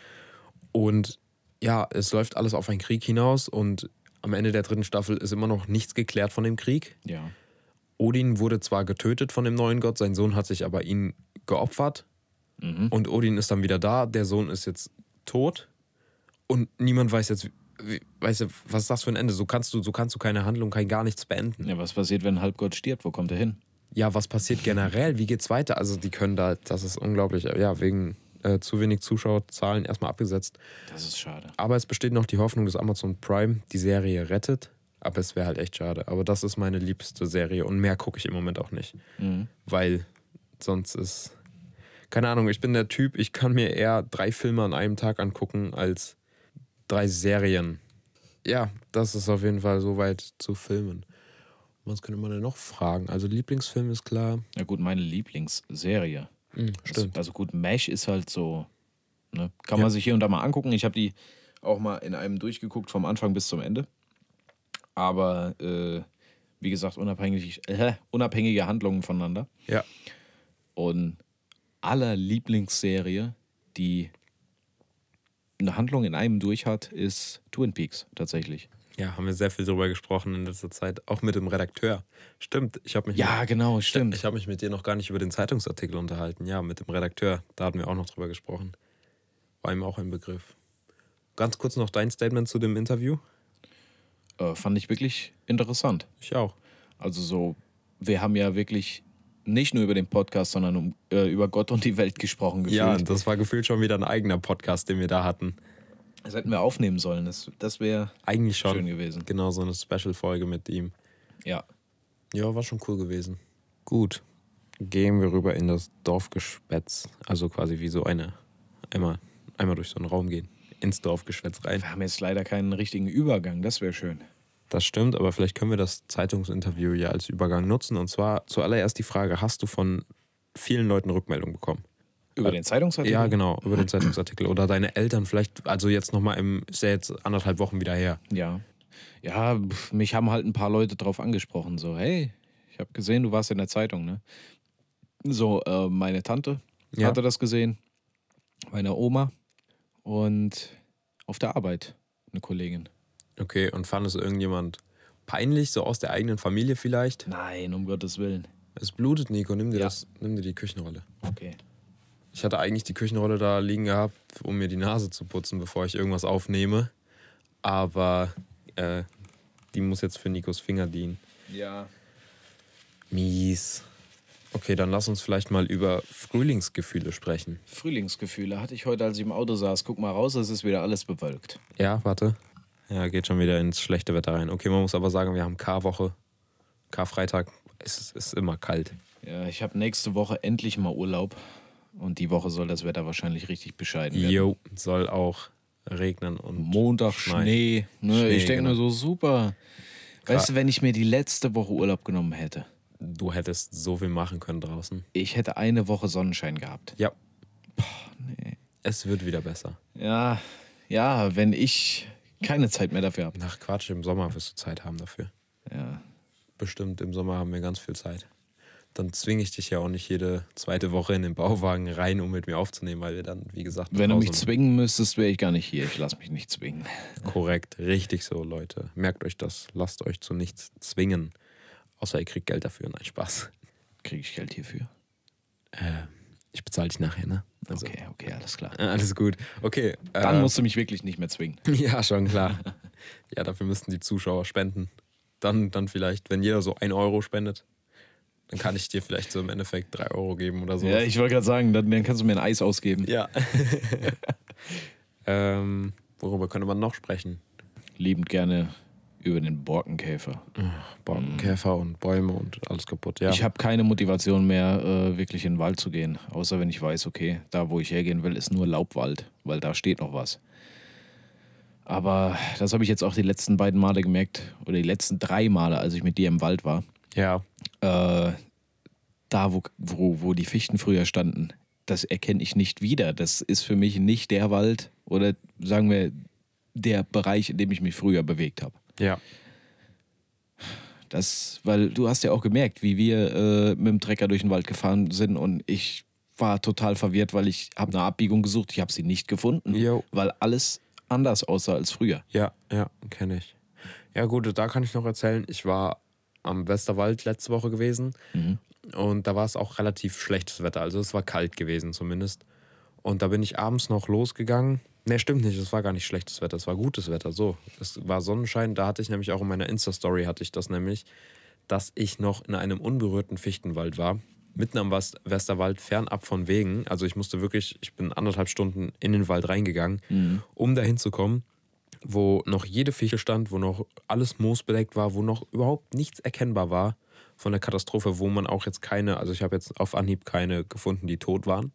Und ja, es läuft alles auf einen Krieg hinaus und am Ende der dritten Staffel ist immer noch nichts geklärt von dem Krieg. Ja. Odin wurde zwar getötet von dem neuen Gott, sein Sohn hat sich aber ihn geopfert. Mhm. Und Odin ist dann wieder da, der Sohn ist jetzt tot. Und niemand weiß jetzt, wie, weißt du, was ist das für ein Ende? So kannst du, so kannst du keine Handlung, kein gar nichts beenden. Ja, was passiert, wenn ein Halbgott stirbt? Wo kommt er hin? Ja, was passiert generell? Wie geht's weiter? Also die können da, das ist unglaublich, ja, wegen äh, zu wenig Zuschauerzahlen erstmal abgesetzt. Das ist schade. Aber es besteht noch die Hoffnung, dass Amazon Prime die Serie rettet. Aber es wäre halt echt schade. Aber das ist meine liebste Serie und mehr gucke ich im Moment auch nicht. Mhm. Weil sonst ist, keine Ahnung, ich bin der Typ, ich kann mir eher drei Filme an einem Tag angucken als drei Serien. Ja, das ist auf jeden Fall soweit zu Filmen. Was könnte man denn noch fragen? Also Lieblingsfilm ist klar. Ja gut, meine Lieblingsserie. Hm, stimmt. Also gut, Mesh ist halt so, ne? Kann Ja. man sich hier und da mal angucken. Ich habe die auch mal in einem durchgeguckt, vom Anfang bis zum Ende. Aber äh, wie gesagt, unabhängig, äh, unabhängige Handlungen voneinander. Ja. Und aller Lieblingsserie, die eine Handlung in einem durch hat, ist Twin Peaks tatsächlich. Ja, haben wir sehr viel drüber gesprochen in letzter Zeit. Auch mit dem Redakteur. Stimmt, ich habe mich, Ja, genau, mit, stimmt. ich hab mich mit dir noch gar nicht über den Zeitungsartikel unterhalten. Ja, mit dem Redakteur. Da hatten wir auch noch drüber gesprochen. War ihm auch ein Begriff. Ganz kurz noch dein Statement zu dem Interview. Äh, fand ich wirklich interessant. Ich auch. Also so, wir haben ja wirklich nicht nur über den Podcast, sondern um, äh, über Gott und die Welt gesprochen gefühlt. Ja, das war gefühlt schon wieder ein eigener Podcast, den wir da hatten. Das hätten wir aufnehmen sollen. Das, das wäre Eigentlich schon. schön gewesen. Genau, so eine Special-Folge mit ihm. Ja. Ja, war schon cool gewesen. Gut. Gehen wir rüber in das Dorfgespätz. Also quasi wie so eine, einmal, einmal durch so einen Raum gehen. Ins Dorfgeschwätz rein. Wir haben jetzt leider keinen richtigen Übergang. Das wäre schön. Das stimmt, aber vielleicht können wir das Zeitungsinterview ja als Übergang nutzen. Und zwar zuallererst die Frage, hast du von vielen Leuten Rückmeldung bekommen? Über den Zeitungsartikel? Ja, genau, über den Zeitungsartikel. Oder deine Eltern vielleicht, also jetzt nochmal im, ist ja jetzt anderthalb Wochen wieder her. Ja. Ja, pf, mich haben halt ein paar Leute drauf angesprochen. So, hey, ich habe gesehen, du warst in der Zeitung, ne? So, äh, meine Tante Ja. hatte das gesehen, meine Oma und auf der Arbeit eine Kollegin. Okay, und fand es irgendjemand peinlich, so aus der eigenen Familie vielleicht. Nein, um Gottes Willen. Es blutet, Nico, nimm dir, Ja. das, nimm dir die Küchenrolle. Okay. Ich hatte eigentlich die Küchenrolle da liegen gehabt, um mir die Nase zu putzen, bevor ich irgendwas aufnehme. Aber äh, die muss jetzt für Nikos Finger dienen. Ja. Mies. Okay, dann lass uns vielleicht mal über Frühlingsgefühle sprechen. Frühlingsgefühle hatte ich heute, als ich im Auto saß. Guck mal raus, es ist wieder alles bewölkt. Ja, warte. Ja, geht schon wieder ins schlechte Wetter rein. Okay, man muss aber sagen, wir haben Karwoche. Karfreitag. Es ist, ist immer kalt. Ja, ich habe nächste Woche endlich mal Urlaub. Und die Woche soll das Wetter wahrscheinlich richtig bescheiden werden. Jo, soll auch regnen und Montag schneien. Schnee. Ne, Schnee, ich denke genau. nur so, super. Weißt du, wenn ich mir die letzte Woche Urlaub genommen hätte, Du hättest so viel machen können draußen. ich hätte eine Woche Sonnenschein gehabt. Ja, Nee. es wird wieder besser. Ja, ja, wenn ich keine Zeit mehr dafür habe. Nach Quatsch, im Sommer wirst du Zeit haben dafür. Ja. Bestimmt, im Sommer haben wir ganz viel Zeit. Dann zwinge ich dich ja auch nicht jede zweite Woche in den Bauwagen rein, um mit mir aufzunehmen, weil wir dann, wie gesagt, Wenn du mich draußen- zwingen müsstest, wäre ich gar nicht hier. Ich lasse mich nicht zwingen. Korrekt, richtig so, Leute. Merkt euch das. Lasst euch zu nichts zwingen. Außer ihr kriegt Geld dafür. Nein, Spaß. Kriege ich Geld hierfür? Äh, ich bezahle dich nachher, ne? Also, Okay, okay, alles klar. äh, alles gut. Okay. Dann äh, musst du mich wirklich nicht mehr zwingen. Ja, schon klar. Ja, dafür müssten die Zuschauer spenden. Dann, dann vielleicht, wenn jeder so ein Euro spendet, dann kann ich dir vielleicht so im Endeffekt drei Euro geben oder so. Ja, ich wollte gerade sagen, dann, dann kannst du mir ein Eis ausgeben. Ja. ähm, worüber könnte man noch sprechen? Liebend gerne über den Borkenkäfer. Borkenkäfer und Bäume und alles kaputt, ja. Ich habe keine Motivation mehr, äh, wirklich in den Wald zu gehen. Außer wenn ich weiß, okay, da wo ich hergehen will, ist nur Laubwald, weil da steht noch was. Aber das habe ich jetzt auch die letzten beiden Male gemerkt, oder die letzten drei Male, als ich mit dir im Wald war. ja, Äh, da, wo, wo, wo die Fichten früher standen, das erkenne ich nicht wieder. Das ist für mich nicht der Wald oder sagen wir der Bereich, in dem ich mich früher bewegt habe. ja. Das, weil du hast ja auch gemerkt, wie wir äh, mit dem Trecker durch den Wald gefahren sind und ich war total verwirrt, weil ich habe eine Abbiegung gesucht, ich habe sie nicht gefunden, Jo. weil alles anders aussah als früher. Ja, ja, kenne ich. Ja gut, da kann ich noch erzählen, ich war am Westerwald letzte Woche gewesen und da war es auch relativ schlechtes Wetter, also es war kalt gewesen zumindest. Und da bin ich abends noch losgegangen. Ne, stimmt nicht, es war gar nicht schlechtes Wetter, es war gutes Wetter, so. Es war Sonnenschein, da hatte ich nämlich auch in meiner Insta-Story hatte ich das nämlich, dass ich noch in einem unberührten Fichtenwald war, mitten am West- Westerwald, fernab von Wegen. Also ich musste wirklich, ich bin anderthalb Stunden in den Wald reingegangen, um dahin zu kommen, wo noch jede Fichte stand, wo noch alles moosbedeckt war, wo noch überhaupt nichts erkennbar war von der Katastrophe, wo man auch jetzt keine, also ich habe jetzt auf Anhieb keine gefunden, die tot waren.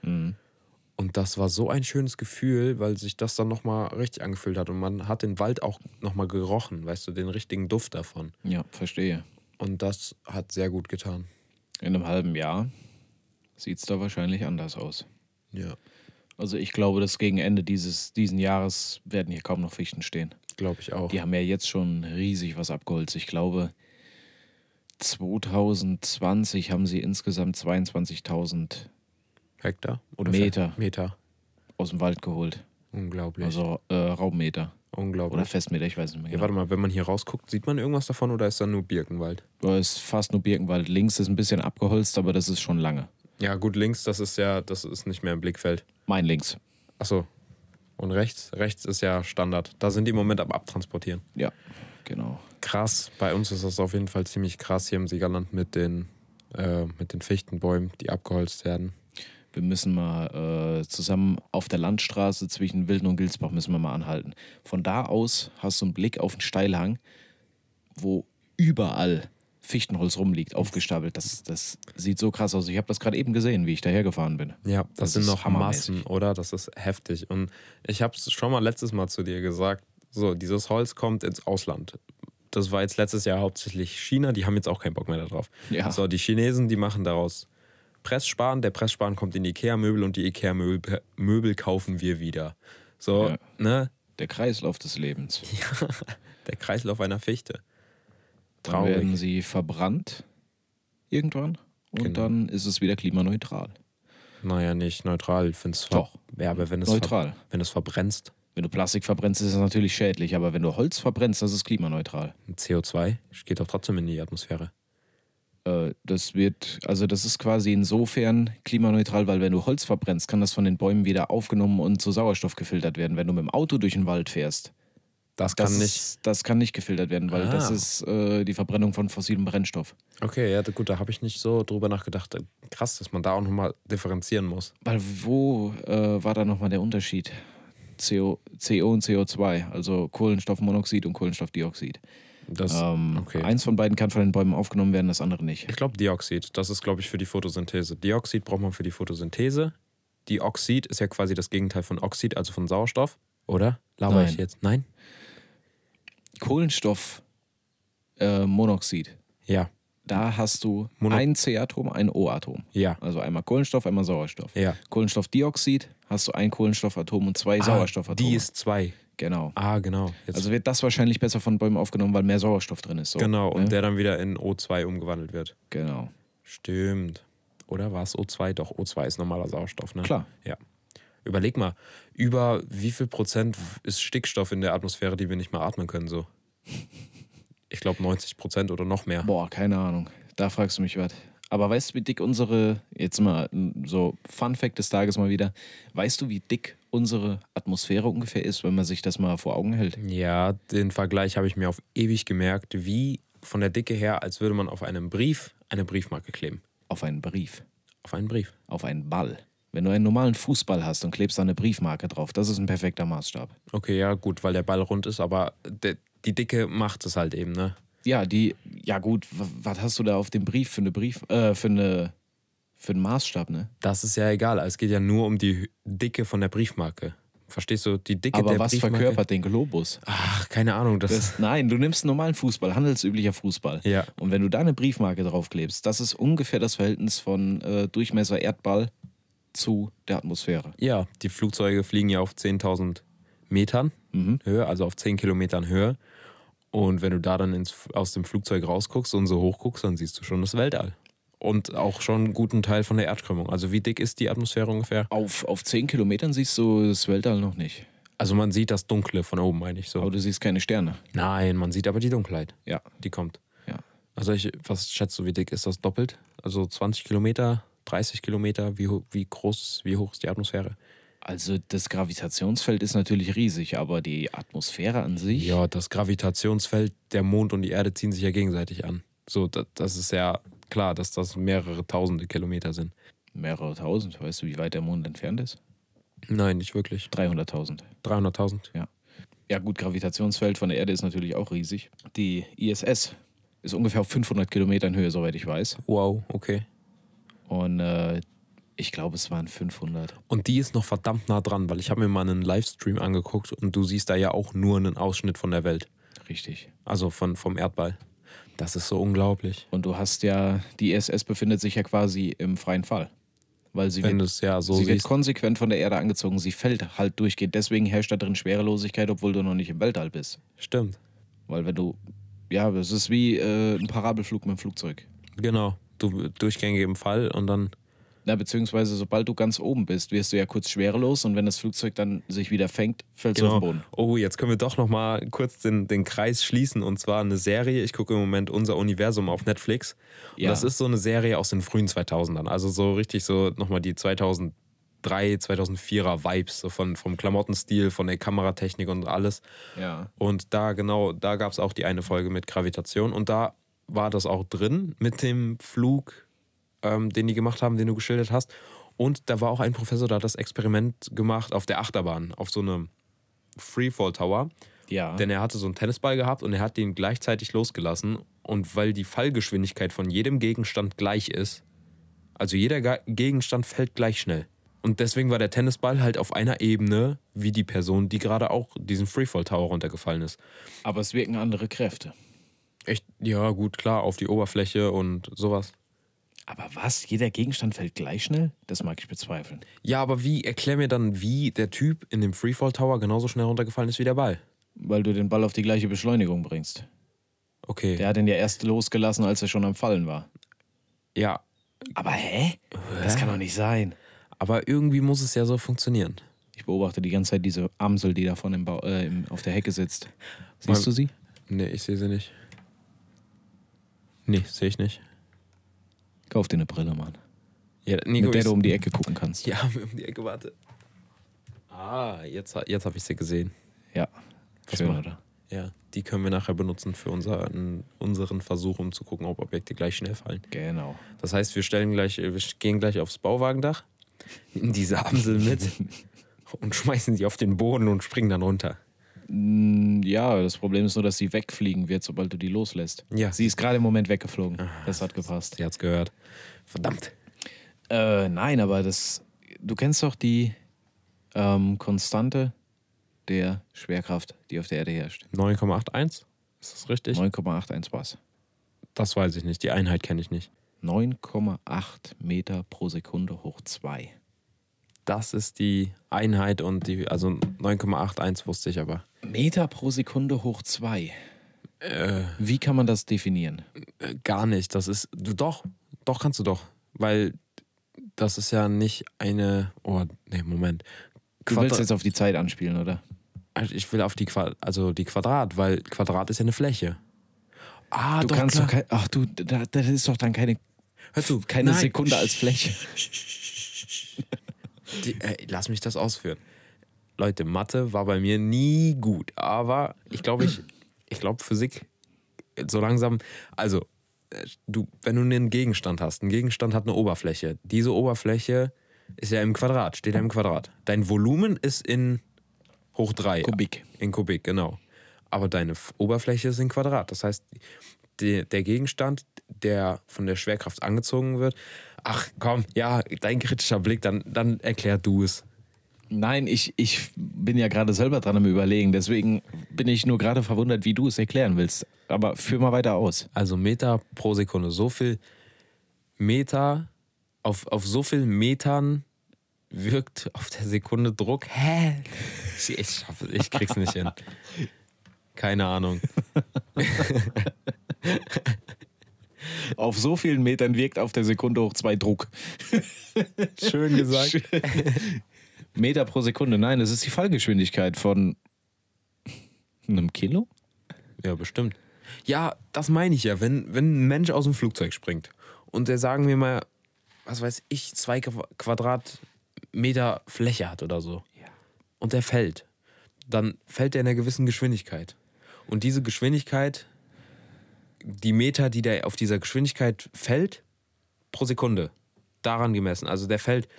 Und das war so ein schönes Gefühl, weil sich das dann nochmal richtig angefühlt hat. Und man hat den Wald auch nochmal gerochen, weißt du, den richtigen Duft davon. Ja, verstehe. Und das hat sehr gut getan. In einem halben Jahr sieht es da wahrscheinlich anders aus. Ja, Also ich glaube, dass gegen Ende dieses diesen Jahres werden hier kaum noch Fichten stehen. glaube ich auch. Die haben ja jetzt schon riesig was abgeholzt. Ich glaube, zwanzig zwanzig haben sie insgesamt zweiundzwanzigtausend Hektar? Oder Meter. Fe- Meter. aus dem Wald geholt. Unglaublich. Also äh, Raummeter Unglaublich. oder Festmeter, ich weiß nicht mehr Ja, genau. warte mal, wenn man hier rausguckt, sieht man irgendwas davon oder ist da nur Birkenwald? Da ist fast nur Birkenwald. Links ist ein bisschen abgeholzt, aber das ist schon lange. Ja, gut, links, das ist ja, das ist nicht mehr im Blickfeld. Mein links. Achso. Und rechts? Rechts ist ja Standard. Da sind die im Moment am Abtransportieren. Ja, genau. Krass. Bei uns ist das auf jeden Fall ziemlich krass hier im Siegerland mit den, äh, mit den Fichtenbäumen, die abgeholzt werden. Wir müssen mal äh, zusammen auf der Landstraße zwischen Wilden und Gilsbach müssen wir mal anhalten. Von da aus hast du einen Blick auf den Steilhang, wo überall Fichtenholz rumliegt, aufgestapelt. Das, das sieht so krass aus. Ich habe das gerade eben gesehen, wie ich dahergefahren bin. Ja, das, Das sind ist noch hammermäßig. Massen, oder? Das ist heftig. Und ich habe es schon mal letztes Mal zu dir gesagt, so, dieses Holz kommt ins Ausland. Das war jetzt letztes Jahr hauptsächlich China, die haben jetzt auch keinen Bock mehr darauf. Ja. So, die Chinesen, die machen daraus Pressspan, der Pressspan kommt in die Ikea-Möbel und die Ikea-Möbel Möbel kaufen wir wieder. So, Ja. ne? Der Kreislauf des Lebens. Der Kreislauf einer Fichte. Dann Traurig. werden sie verbrannt irgendwann und Genau. dann ist es wieder klimaneutral. Naja, nicht neutral. Ich finde es Doch. Ja, aber wenn es, Neutral. Ver wenn es verbrennst. Wenn du Plastik verbrennst, ist es natürlich schädlich, aber wenn du Holz verbrennst, das ist klimaneutral. C O zwei geht doch trotzdem in die Atmosphäre. Äh, das wird, also das ist quasi insofern klimaneutral, weil wenn du Holz verbrennst, kann das von den Bäumen wieder aufgenommen und zu Sauerstoff gefiltert werden. Wenn du mit dem Auto durch den Wald fährst, Das das, kann nicht. ist, das kann nicht gefiltert werden, weil Ah. das ist äh, die Verbrennung von fossilem Brennstoff. Okay, ja, gut, da habe ich nicht so drüber nachgedacht. Krass, dass man da auch nochmal differenzieren muss. Weil wo äh, war da nochmal der Unterschied? C O, C O und C O zwei, also Kohlenstoffmonoxid und Kohlenstoffdioxid. Das, Ähm, okay. Eins von beiden kann von den Bäumen aufgenommen werden, das andere nicht. Ich glaube Dioxid, das ist, glaube ich, für die Photosynthese. Dioxid braucht man für die Photosynthese. Dioxid ist ja quasi das Gegenteil von Oxid, also von Sauerstoff. Oder? Laber ich Nein. jetzt? Nein? Kohlenstoffmonoxid, äh, Monoxid. Ja, Da hast du Mono- ein C-Atom, ein O-Atom. ja, Also einmal Kohlenstoff, einmal Sauerstoff. ja. Kohlenstoffdioxid hast du ein Kohlenstoffatom und zwei Sauerstoffatome. Die ist zwei. Genau. Ah, genau. Jetzt, Also wird das wahrscheinlich besser von Bäumen aufgenommen, weil mehr Sauerstoff drin ist. So, genau, und ne? der dann wieder in O zwei umgewandelt wird. Genau. Stimmt. Oder war es O zwei? Doch, O zwei ist normaler Sauerstoff, ne? Klar. Ja. Überleg mal, über wie viel Prozent ist Stickstoff in der Atmosphäre, die wir nicht mehr atmen können, so? Ich glaube neunzig Prozent oder noch mehr. Boah, keine Ahnung. Da fragst du mich was. Aber weißt du, wie dick unsere, jetzt mal so Fun Fact des Tages mal wieder, weißt du, wie dick unsere Atmosphäre ungefähr ist, wenn man sich das mal vor Augen hält? Ja, den Vergleich habe ich mir auf ewig gemerkt, wie von der Dicke her, als würde man auf einem Brief eine Briefmarke kleben. Auf einen Brief, Auf einen Brief. auf einen Ball. Wenn du einen normalen Fußball hast und klebst da eine Briefmarke drauf, das ist ein perfekter Maßstab. Okay, ja, gut, weil der Ball rund ist, aber de, die Dicke macht es halt eben, ne? Ja, die, ja gut, w- was hast du da auf dem Brief für eine Brief, äh, für eine, für einen Maßstab, ne? Das ist ja egal. Es geht ja nur um die Dicke von der Briefmarke. Verstehst du? Die Dicke Aber der was Briefmarke. verkörpert den Globus? Ach, keine Ahnung. Das, Das, nein, du nimmst einen normalen Fußball, handelsüblicher Fußball. Ja. Und wenn du da eine Briefmarke draufklebst, das ist ungefähr das Verhältnis von äh, Durchmesser Erdball zu der Atmosphäre. ja, die Flugzeuge fliegen ja auf zehntausend Metern Mhm. Höhe, also auf zehn Kilometern Höhe. Und wenn du da dann ins, aus dem Flugzeug rausguckst und so hoch guckst, dann siehst du schon das Weltall. Und auch schon einen guten Teil von der Erdkrümmung. Also wie dick ist die Atmosphäre ungefähr? Auf, auf zehn Kilometern siehst du das Weltall noch nicht. Also man sieht das Dunkle von oben, meine ich so. Aber du siehst keine Sterne. Nein, man sieht aber die Dunkelheit, Ja, die kommt. ja. Also ich, was schätzt du, wie dick ist das doppelt? Also zwanzig Kilometer, dreißig Kilometer, wie, ho- wie groß, wie hoch ist die Atmosphäre? Also das Gravitationsfeld ist natürlich riesig, aber die Atmosphäre an sich, Ja, das Gravitationsfeld, der Mond und die Erde ziehen sich ja gegenseitig an. So, das, das ist ja klar, dass das mehrere tausende Kilometer sind. mehrere tausend. Weißt du, wie weit der Mond entfernt ist? Nein, nicht wirklich. dreihunderttausend. dreihunderttausend. Ja gut, Gravitationsfeld von der Erde ist natürlich auch riesig. Die I S S ist ungefähr auf fünfhundert Kilometern Höhe, soweit ich weiß. Wow, okay. Und äh, ich glaube, es waren fünfhundert. Und die ist noch verdammt nah dran, weil ich habe mir mal einen Livestream angeguckt und du siehst da ja auch nur einen Ausschnitt von der Welt. Richtig. Also von, vom Erdball. Das ist so unglaublich. Und du hast ja, die I S S befindet sich ja quasi im freien Fall. Weil sie, Wenn du wird, es ja so sie wird siehst. konsequent von der Erde angezogen. Sie fällt halt durchgehend. Deswegen herrscht da drin Schwerelosigkeit, obwohl du noch nicht im Weltall bist. Stimmt. Weil wenn du, ja, es ist wie äh, ein Parabelflug mit dem Flugzeug. Genau. Du durchgängig im Fall und dann. Na, beziehungsweise sobald du ganz oben bist, wirst du ja kurz schwerelos und wenn das Flugzeug dann sich wieder fängt, fällst du auf den Boden. Oh, jetzt können wir doch noch mal kurz den, den Kreis schließen. Und zwar eine Serie. Ich gucke im Moment Unser Universum auf Netflix. Und Ja. das ist so eine Serie aus den frühen zweitausendern. Also so richtig so nochmal die zweitausenddrei, zweitausendvierer Vibes. So von, vom Klamottenstil, von der Kameratechnik und alles. Ja. Und da genau, da gab es auch die eine Folge mit Gravitation. Und da war das auch drin mit dem Flug, ähm, den die gemacht haben, den du geschildert hast. Und da war auch ein Professor, der hat das Experiment gemacht auf der Achterbahn, auf so einem Freefall Tower. Ja. Denn er hatte so einen Tennisball gehabt und er hat den gleichzeitig losgelassen. Und weil die Fallgeschwindigkeit von jedem Gegenstand gleich ist, also jeder Ge- Gegenstand fällt gleich schnell. Und deswegen war der Tennisball halt auf einer Ebene wie die Person, die gerade auch diesen Freefall Tower runtergefallen ist. Aber es wirken andere Kräfte. Echt, ja gut, klar, auf die Oberfläche und sowas. Aber was? Jeder Gegenstand fällt gleich schnell? Das mag ich bezweifeln. Ja, aber wie, erklär mir dann, wie der Typ in dem Freefall Tower genauso schnell runtergefallen ist wie der Ball. Weil du den Ball auf die gleiche Beschleunigung bringst. Okay. Der hat ihn ja erst losgelassen, als er schon am Fallen war. Ja, Aber hä? Das kann doch nicht sein. aber irgendwie muss es ja so funktionieren. Ich beobachte die ganze Zeit diese Amsel, die da vorne im Bau, äh, im, auf der Hecke sitzt. Siehst Mal- du sie? Nee, ich sehe sie nicht. Nee, sehe ich nicht. Kauf dir eine Brille, Mann. Ja, Nico, Mit der ich- du um die Ecke gucken kannst. Ja, um die Ecke, warte. Ah, jetzt, ha- jetzt habe ich sie gesehen. Ja. Was Schön, mal- oder? Ja, die können wir nachher benutzen für unseren, unseren Versuch, um zu gucken, ob Objekte gleich schnell fallen. Genau. Das heißt, wir stellen gleich, wir gehen gleich aufs Bauwagendach, nehmen diese Amsel mit und schmeißen sie auf den Boden und springen dann runter. Mm, Ja, das Problem ist nur, dass sie wegfliegen wird, sobald du die loslässt. Ja. Sie ist gerade im Moment weggeflogen. Das hat gepasst. Sie hat's gehört. Verdammt. Äh, nein, aber das. Du kennst doch die ähm, Konstante der Schwerkraft, die auf der Erde herrscht. neun Komma einundachtzig? Ist das richtig? neun Komma einundachtzig was? Das weiß ich nicht. Die Einheit kenne ich nicht. neun Komma acht Meter pro Sekunde hoch zwei. Das ist die Einheit und die, also neun Komma einundachtzig wusste ich aber. Meter pro Sekunde hoch zwei. Äh, Wie kann man das definieren? äh, gar nicht. Das ist, du doch, doch kannst du doch. Weil das ist ja nicht eine, oh, nee, Moment. Du willst jetzt auf die Zeit anspielen, oder? Also ich will auf die Quadrat, also die Quadrat, weil Quadrat ist ja eine Fläche. Ah, Du doch, kannst klar. doch kein. Ach du, da, das ist doch dann keine, Hör zu, keine nein. Sekunde als Fläche. Die, äh, lass mich das ausführen. Leute, Mathe war bei mir nie gut, aber ich glaube, ich, ich glaube Physik so langsam, also äh, du, wenn du einen Gegenstand hast, ein Gegenstand hat eine Oberfläche. Diese Oberfläche ist ja im Quadrat, steht ja im Quadrat. Dein Volumen ist in hoch drei. Kubik. In Kubik, genau. Aber deine F- Oberfläche ist in Quadrat. Das heißt, die, der Gegenstand, der von der Schwerkraft angezogen wird, ach komm, ja, dein kritischer Blick, dann, dann erklär du es. Nein, ich, ich bin ja gerade selber dran am Überlegen. Deswegen bin ich nur gerade verwundert, wie du es erklären willst. Aber führ mal weiter aus. Also Meter pro Sekunde. So viel Meter, auf, auf so viel Metern wirkt auf der Sekunde Druck. Hä? Ich, ich, schaffe, ich krieg's nicht hin. Keine Ahnung. Auf so vielen Metern wirkt auf der Sekunde hoch zwei Druck. Schön gesagt. Meter pro Sekunde. Nein, das ist die Fallgeschwindigkeit von einem Kilo? Ja, bestimmt. Ja, das meine ich ja. Wenn, wenn ein Mensch aus dem Flugzeug springt und der, sagen wir mal, was weiß ich, zwei Qu- Quadratmeter Fläche hat oder so Ja. und der fällt, dann fällt er in einer gewissen Geschwindigkeit. Und diese Geschwindigkeit, die Meter, die der auf dieser Geschwindigkeit fällt, pro Sekunde, daran gemessen. Also der fällt,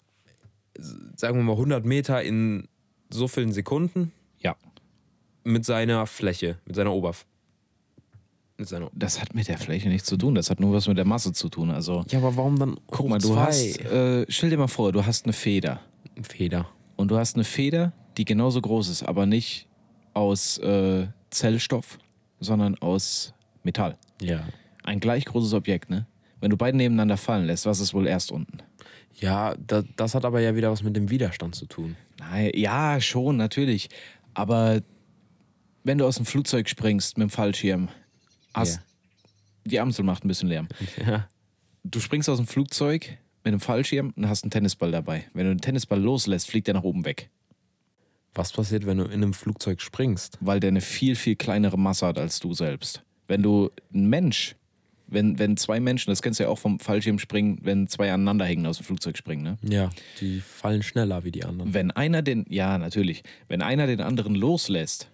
sagen wir mal, hundert Meter in so vielen Sekunden Ja. mit seiner Fläche, mit seiner Oberfläche. Mit seiner Das hat mit der Fläche nichts zu tun. Das hat nur was mit der Masse zu tun. Also, Ja, aber warum dann guck hoch mal, du zwei? hast, äh, stell dir mal vor, du hast eine Feder. Feder. Und du hast eine Feder, die genauso groß ist, aber nicht aus äh, Zellstoff, sondern aus Metall. Ja. Ein gleich großes Objekt, ne? Wenn du beide nebeneinander fallen lässt, was ist wohl erst unten? Ja, das, das hat aber ja wieder was mit dem Widerstand zu tun. Nein, ja, schon, natürlich. Aber wenn du aus dem Flugzeug springst mit dem Fallschirm, hast, Ja. die Amsel macht ein bisschen Lärm. Ja. Du springst aus dem Flugzeug mit einem Fallschirm und hast einen Tennisball dabei. Wenn du den Tennisball loslässt, fliegt der nach oben weg. Was passiert, wenn du in einem Flugzeug springst? Weil der eine viel, viel kleinere Masse hat als du selbst. Wenn du ein Mensch, wenn, wenn zwei Menschen, das kennst du ja auch vom Fallschirmspringen, wenn zwei aneinander hängen aus dem Flugzeug springen, ne? Ja, die fallen schneller wie die anderen. Wenn einer den, ja, natürlich, wenn einer den anderen loslässt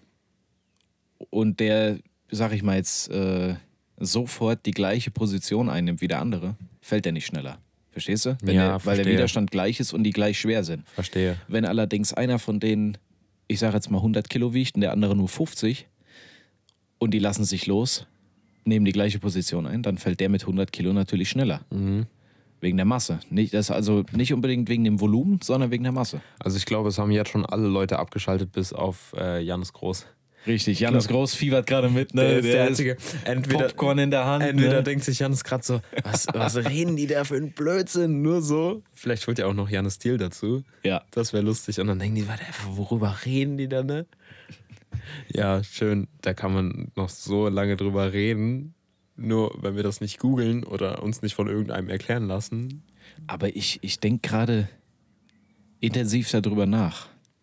und der, sag ich mal jetzt, äh, sofort die gleiche Position einnimmt wie der andere, fällt der nicht schneller. Verstehst du? Wenn Ja, der, weil der verstehe. Widerstand gleich ist und die gleich schwer sind. Verstehe. Wenn allerdings einer von denen, ich sage jetzt mal hundert Kilo wiegt und der andere nur fünfzig und die lassen sich los, nehmen die gleiche Position ein, dann fällt der mit hundert Kilo natürlich schneller. Mhm. Wegen der Masse. Nicht, das also nicht unbedingt wegen dem Volumen, sondern wegen der Masse. Also ich glaube, es haben jetzt schon alle Leute abgeschaltet, bis auf äh, Jannis Groß. Richtig, Jannis Groß fiebert gerade mit, ne? Der ist der Einzige. Entweder, Popcorn in der Hand. entweder ne? denkt sich Jannis gerade so, was, was reden die da für ein Blödsinn? Nur so. Vielleicht holt ja auch noch Jannis Thiel dazu. Ja. Das wäre lustig. Und dann denken die, warte, worüber reden die da, ne? Ja, schön. Da kann man noch so lange drüber reden. Nur wenn wir das nicht googeln oder uns nicht von irgendeinem erklären lassen. Aber ich, ich denke gerade intensiv darüber nach.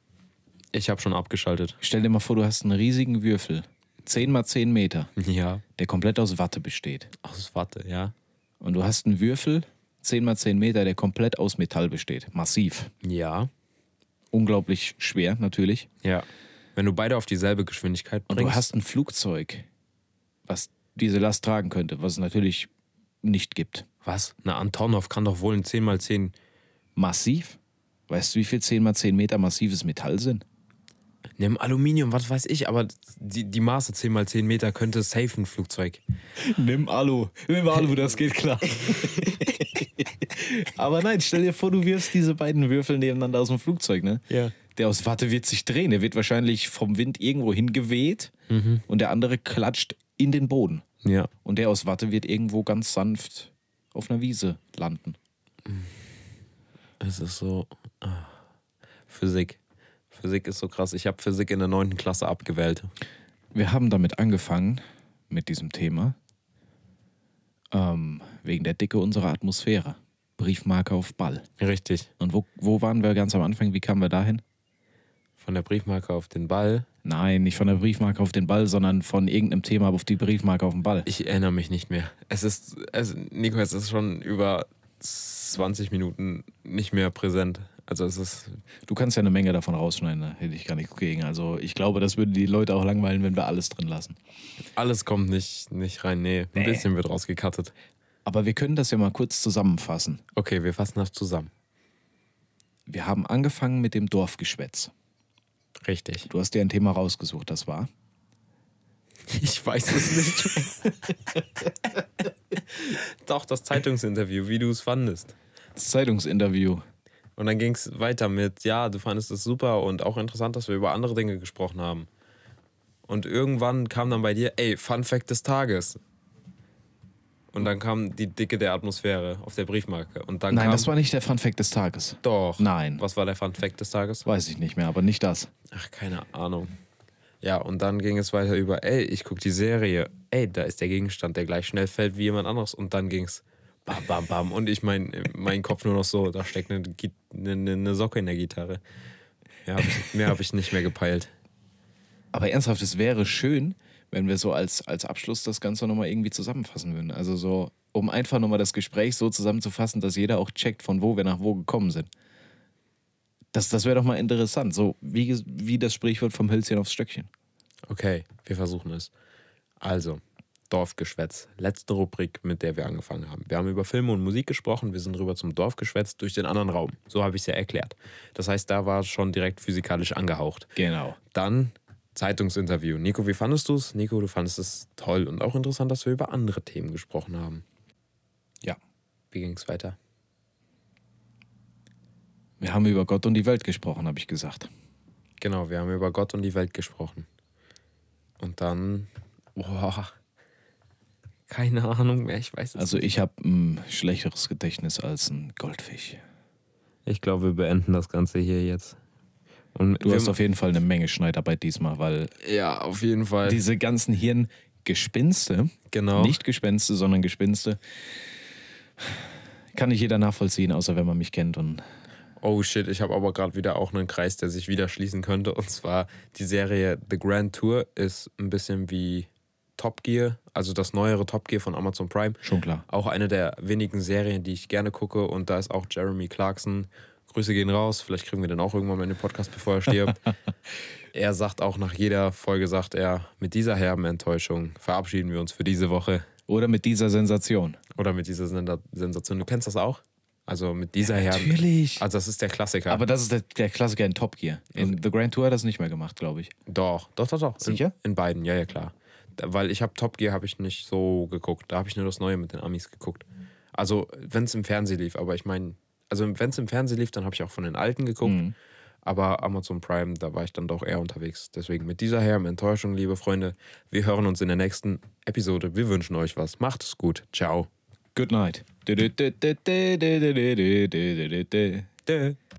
Ich habe schon abgeschaltet. Stell dir mal vor, du hast einen riesigen Würfel, zehn mal zehn Meter, Ja. der komplett aus Watte besteht. Aus Watte, ja. Und du hast einen Würfel, zehn mal zehn Meter, der komplett aus Metall besteht. Massiv. Ja. Unglaublich schwer, natürlich. Ja. Wenn du beide auf dieselbe Geschwindigkeit Und bringst. du hast ein Flugzeug, was diese Last tragen könnte, was es natürlich nicht gibt. Was? Na, Antonov kann doch wohl ein zehn mal zehn. Massiv? Weißt du, wie viel zehn mal zehn Meter massives Metall sind? Nimm Aluminium, was weiß ich, aber die, die Maße zehn mal zehn Meter könnte safe ein Flugzeug. Nimm Alu. Nimm Alu, das geht klar. Aber nein, stell dir vor, du wirfst diese beiden Würfel nebeneinander aus dem Flugzeug, ne? Ja. Der aus Watte wird sich drehen. Der wird wahrscheinlich vom Wind irgendwo hingeweht Mhm. und der andere klatscht in den Boden. Ja. Und der aus Watte wird irgendwo ganz sanft auf einer Wiese landen. Es ist so. ah. Physik. Physik ist so krass. Ich habe Physik in der neunten Klasse abgewählt. Wir haben damit angefangen, mit diesem Thema, ähm, wegen der Dicke unserer Atmosphäre. Briefmarke auf Ball. Richtig. Und wo, wo waren wir ganz am Anfang? Wie kamen wir dahin? Von der Briefmarke auf den Ball. Nein, nicht von der Briefmarke auf den Ball, sondern von irgendeinem Thema auf die Briefmarke auf den Ball. Ich erinnere mich nicht mehr. Es ist, es, Nico, es ist schon über zwanzig Minuten nicht mehr präsent. Also es ist, Du kannst ja eine Menge davon rausschneiden, da hätte ich gar nichts gegen. Also ich glaube, das würde die Leute auch langweilen, wenn wir alles drin lassen. alles kommt nicht, nicht rein. Nee, ein Nee. bisschen wird rausgekattet. Aber wir können das ja mal kurz zusammenfassen. Okay, wir fassen das zusammen. Wir haben angefangen mit dem Dorfgeschwätz. Richtig. Du hast dir ein Thema rausgesucht, das war? Ich weiß es nicht mehr. Doch, das Zeitungsinterview, wie du es fandest. Das Zeitungsinterview. Und dann ging es weiter mit, ja, du fandest es super und auch interessant, dass wir über andere Dinge gesprochen haben. Und irgendwann kam dann bei dir, ey, Fun Fact des Tages. Und dann kam die Dicke der Atmosphäre auf der Briefmarke. Und dann Nein, kam, das war nicht der Funfact des Tages. Doch. Nein. Was war der Fun Fact des Tages? Weiß ich nicht mehr, aber nicht das. Ach, keine Ahnung. Ja, und dann ging es weiter über, ey, ich guck die Serie. Ey, da ist der Gegenstand, der gleich schnell fällt wie jemand anderes. Und dann ging's bam, bam, bam. Und ich mein, mein Kopf nur noch so, da steckt eine, Gi- eine, eine Socke in der Gitarre. Mehr habe ich, mehr hab ich nicht mehr gepeilt. Aber ernsthaft, es wäre schön, wenn wir so als, als Abschluss das Ganze nochmal irgendwie zusammenfassen würden. Also so, um einfach nochmal das Gespräch so zusammenzufassen, dass jeder auch checkt, von wo wir nach wo gekommen sind. Das, das wäre doch mal interessant. So wie, wie das Sprichwort vom Hölzchen aufs Stöckchen. Okay, wir versuchen es. Also, Dorfgeschwätz. Letzte Rubrik, mit der wir angefangen haben. Wir haben über Filme und Musik gesprochen, wir sind rüber zum Dorfgeschwätz durch den anderen Raum. So habe ich es ja erklärt. Das heißt, da war es schon direkt physikalisch angehaucht. Genau. Dann Zeitungsinterview. Nico, wie fandest du es? Nico, du fandest es toll und auch interessant, dass wir über andere Themen gesprochen haben. Ja. Wie ging es weiter? Wir haben über Gott und die Welt gesprochen, habe ich gesagt. Genau, wir haben über Gott und die Welt gesprochen. Und dann, boah, keine Ahnung mehr, ich weiß es Also ich habe ein schlechteres Gedächtnis als ein Goldfisch. Ich glaube, wir beenden das Ganze hier jetzt. Und Du wir, hast auf jeden Fall eine Menge Schneidarbeit diesmal, weil ja, auf jeden Fall. diese ganzen Hirngespinste, Genau. nicht Gespenste, sondern Gespinste, kann nicht jeder nachvollziehen, außer wenn man mich kennt. Und Oh shit, ich habe aber gerade wieder auch einen Kreis, der sich wieder schließen könnte. Und zwar die Serie The Grand Tour ist ein bisschen wie Top Gear, also das neuere Top Gear von Amazon Prime. schon klar. Auch eine der wenigen Serien, die ich gerne gucke. Und da ist auch Jeremy Clarkson. Grüße gehen raus. Vielleicht kriegen wir den auch irgendwann mal in den Podcast, bevor er stirbt. Er sagt auch nach jeder Folge, sagt er, mit dieser herben Enttäuschung verabschieden wir uns für diese Woche. Oder mit dieser Sensation. Oder mit dieser Senda- Sensation. Du kennst das auch? Also mit dieser herben... Natürlich. Also das ist der Klassiker. Aber das ist der, der Klassiker in Top Gear. In The Grand Tour hat das nicht mehr gemacht, glaube ich. Doch, doch, doch, doch. Sicher? In, in beiden, ja, ja, klar. Da, weil ich habe Top Gear habe ich nicht so geguckt. Da habe ich nur das Neue mit den Amis geguckt. Also, wenn es im Fernsehen lief, aber ich meine, also wenn es im Fernsehen lief, dann habe ich auch von den alten geguckt. Mhm. Aber Amazon Prime, da war ich dann doch eher unterwegs. Deswegen mit dieser herben Enttäuschung, liebe Freunde, wir hören uns in der nächsten Episode. Wir wünschen euch was. Macht es gut. Ciao. Good night. Du, du, du, du, du, du, du, du, du, du, du, du.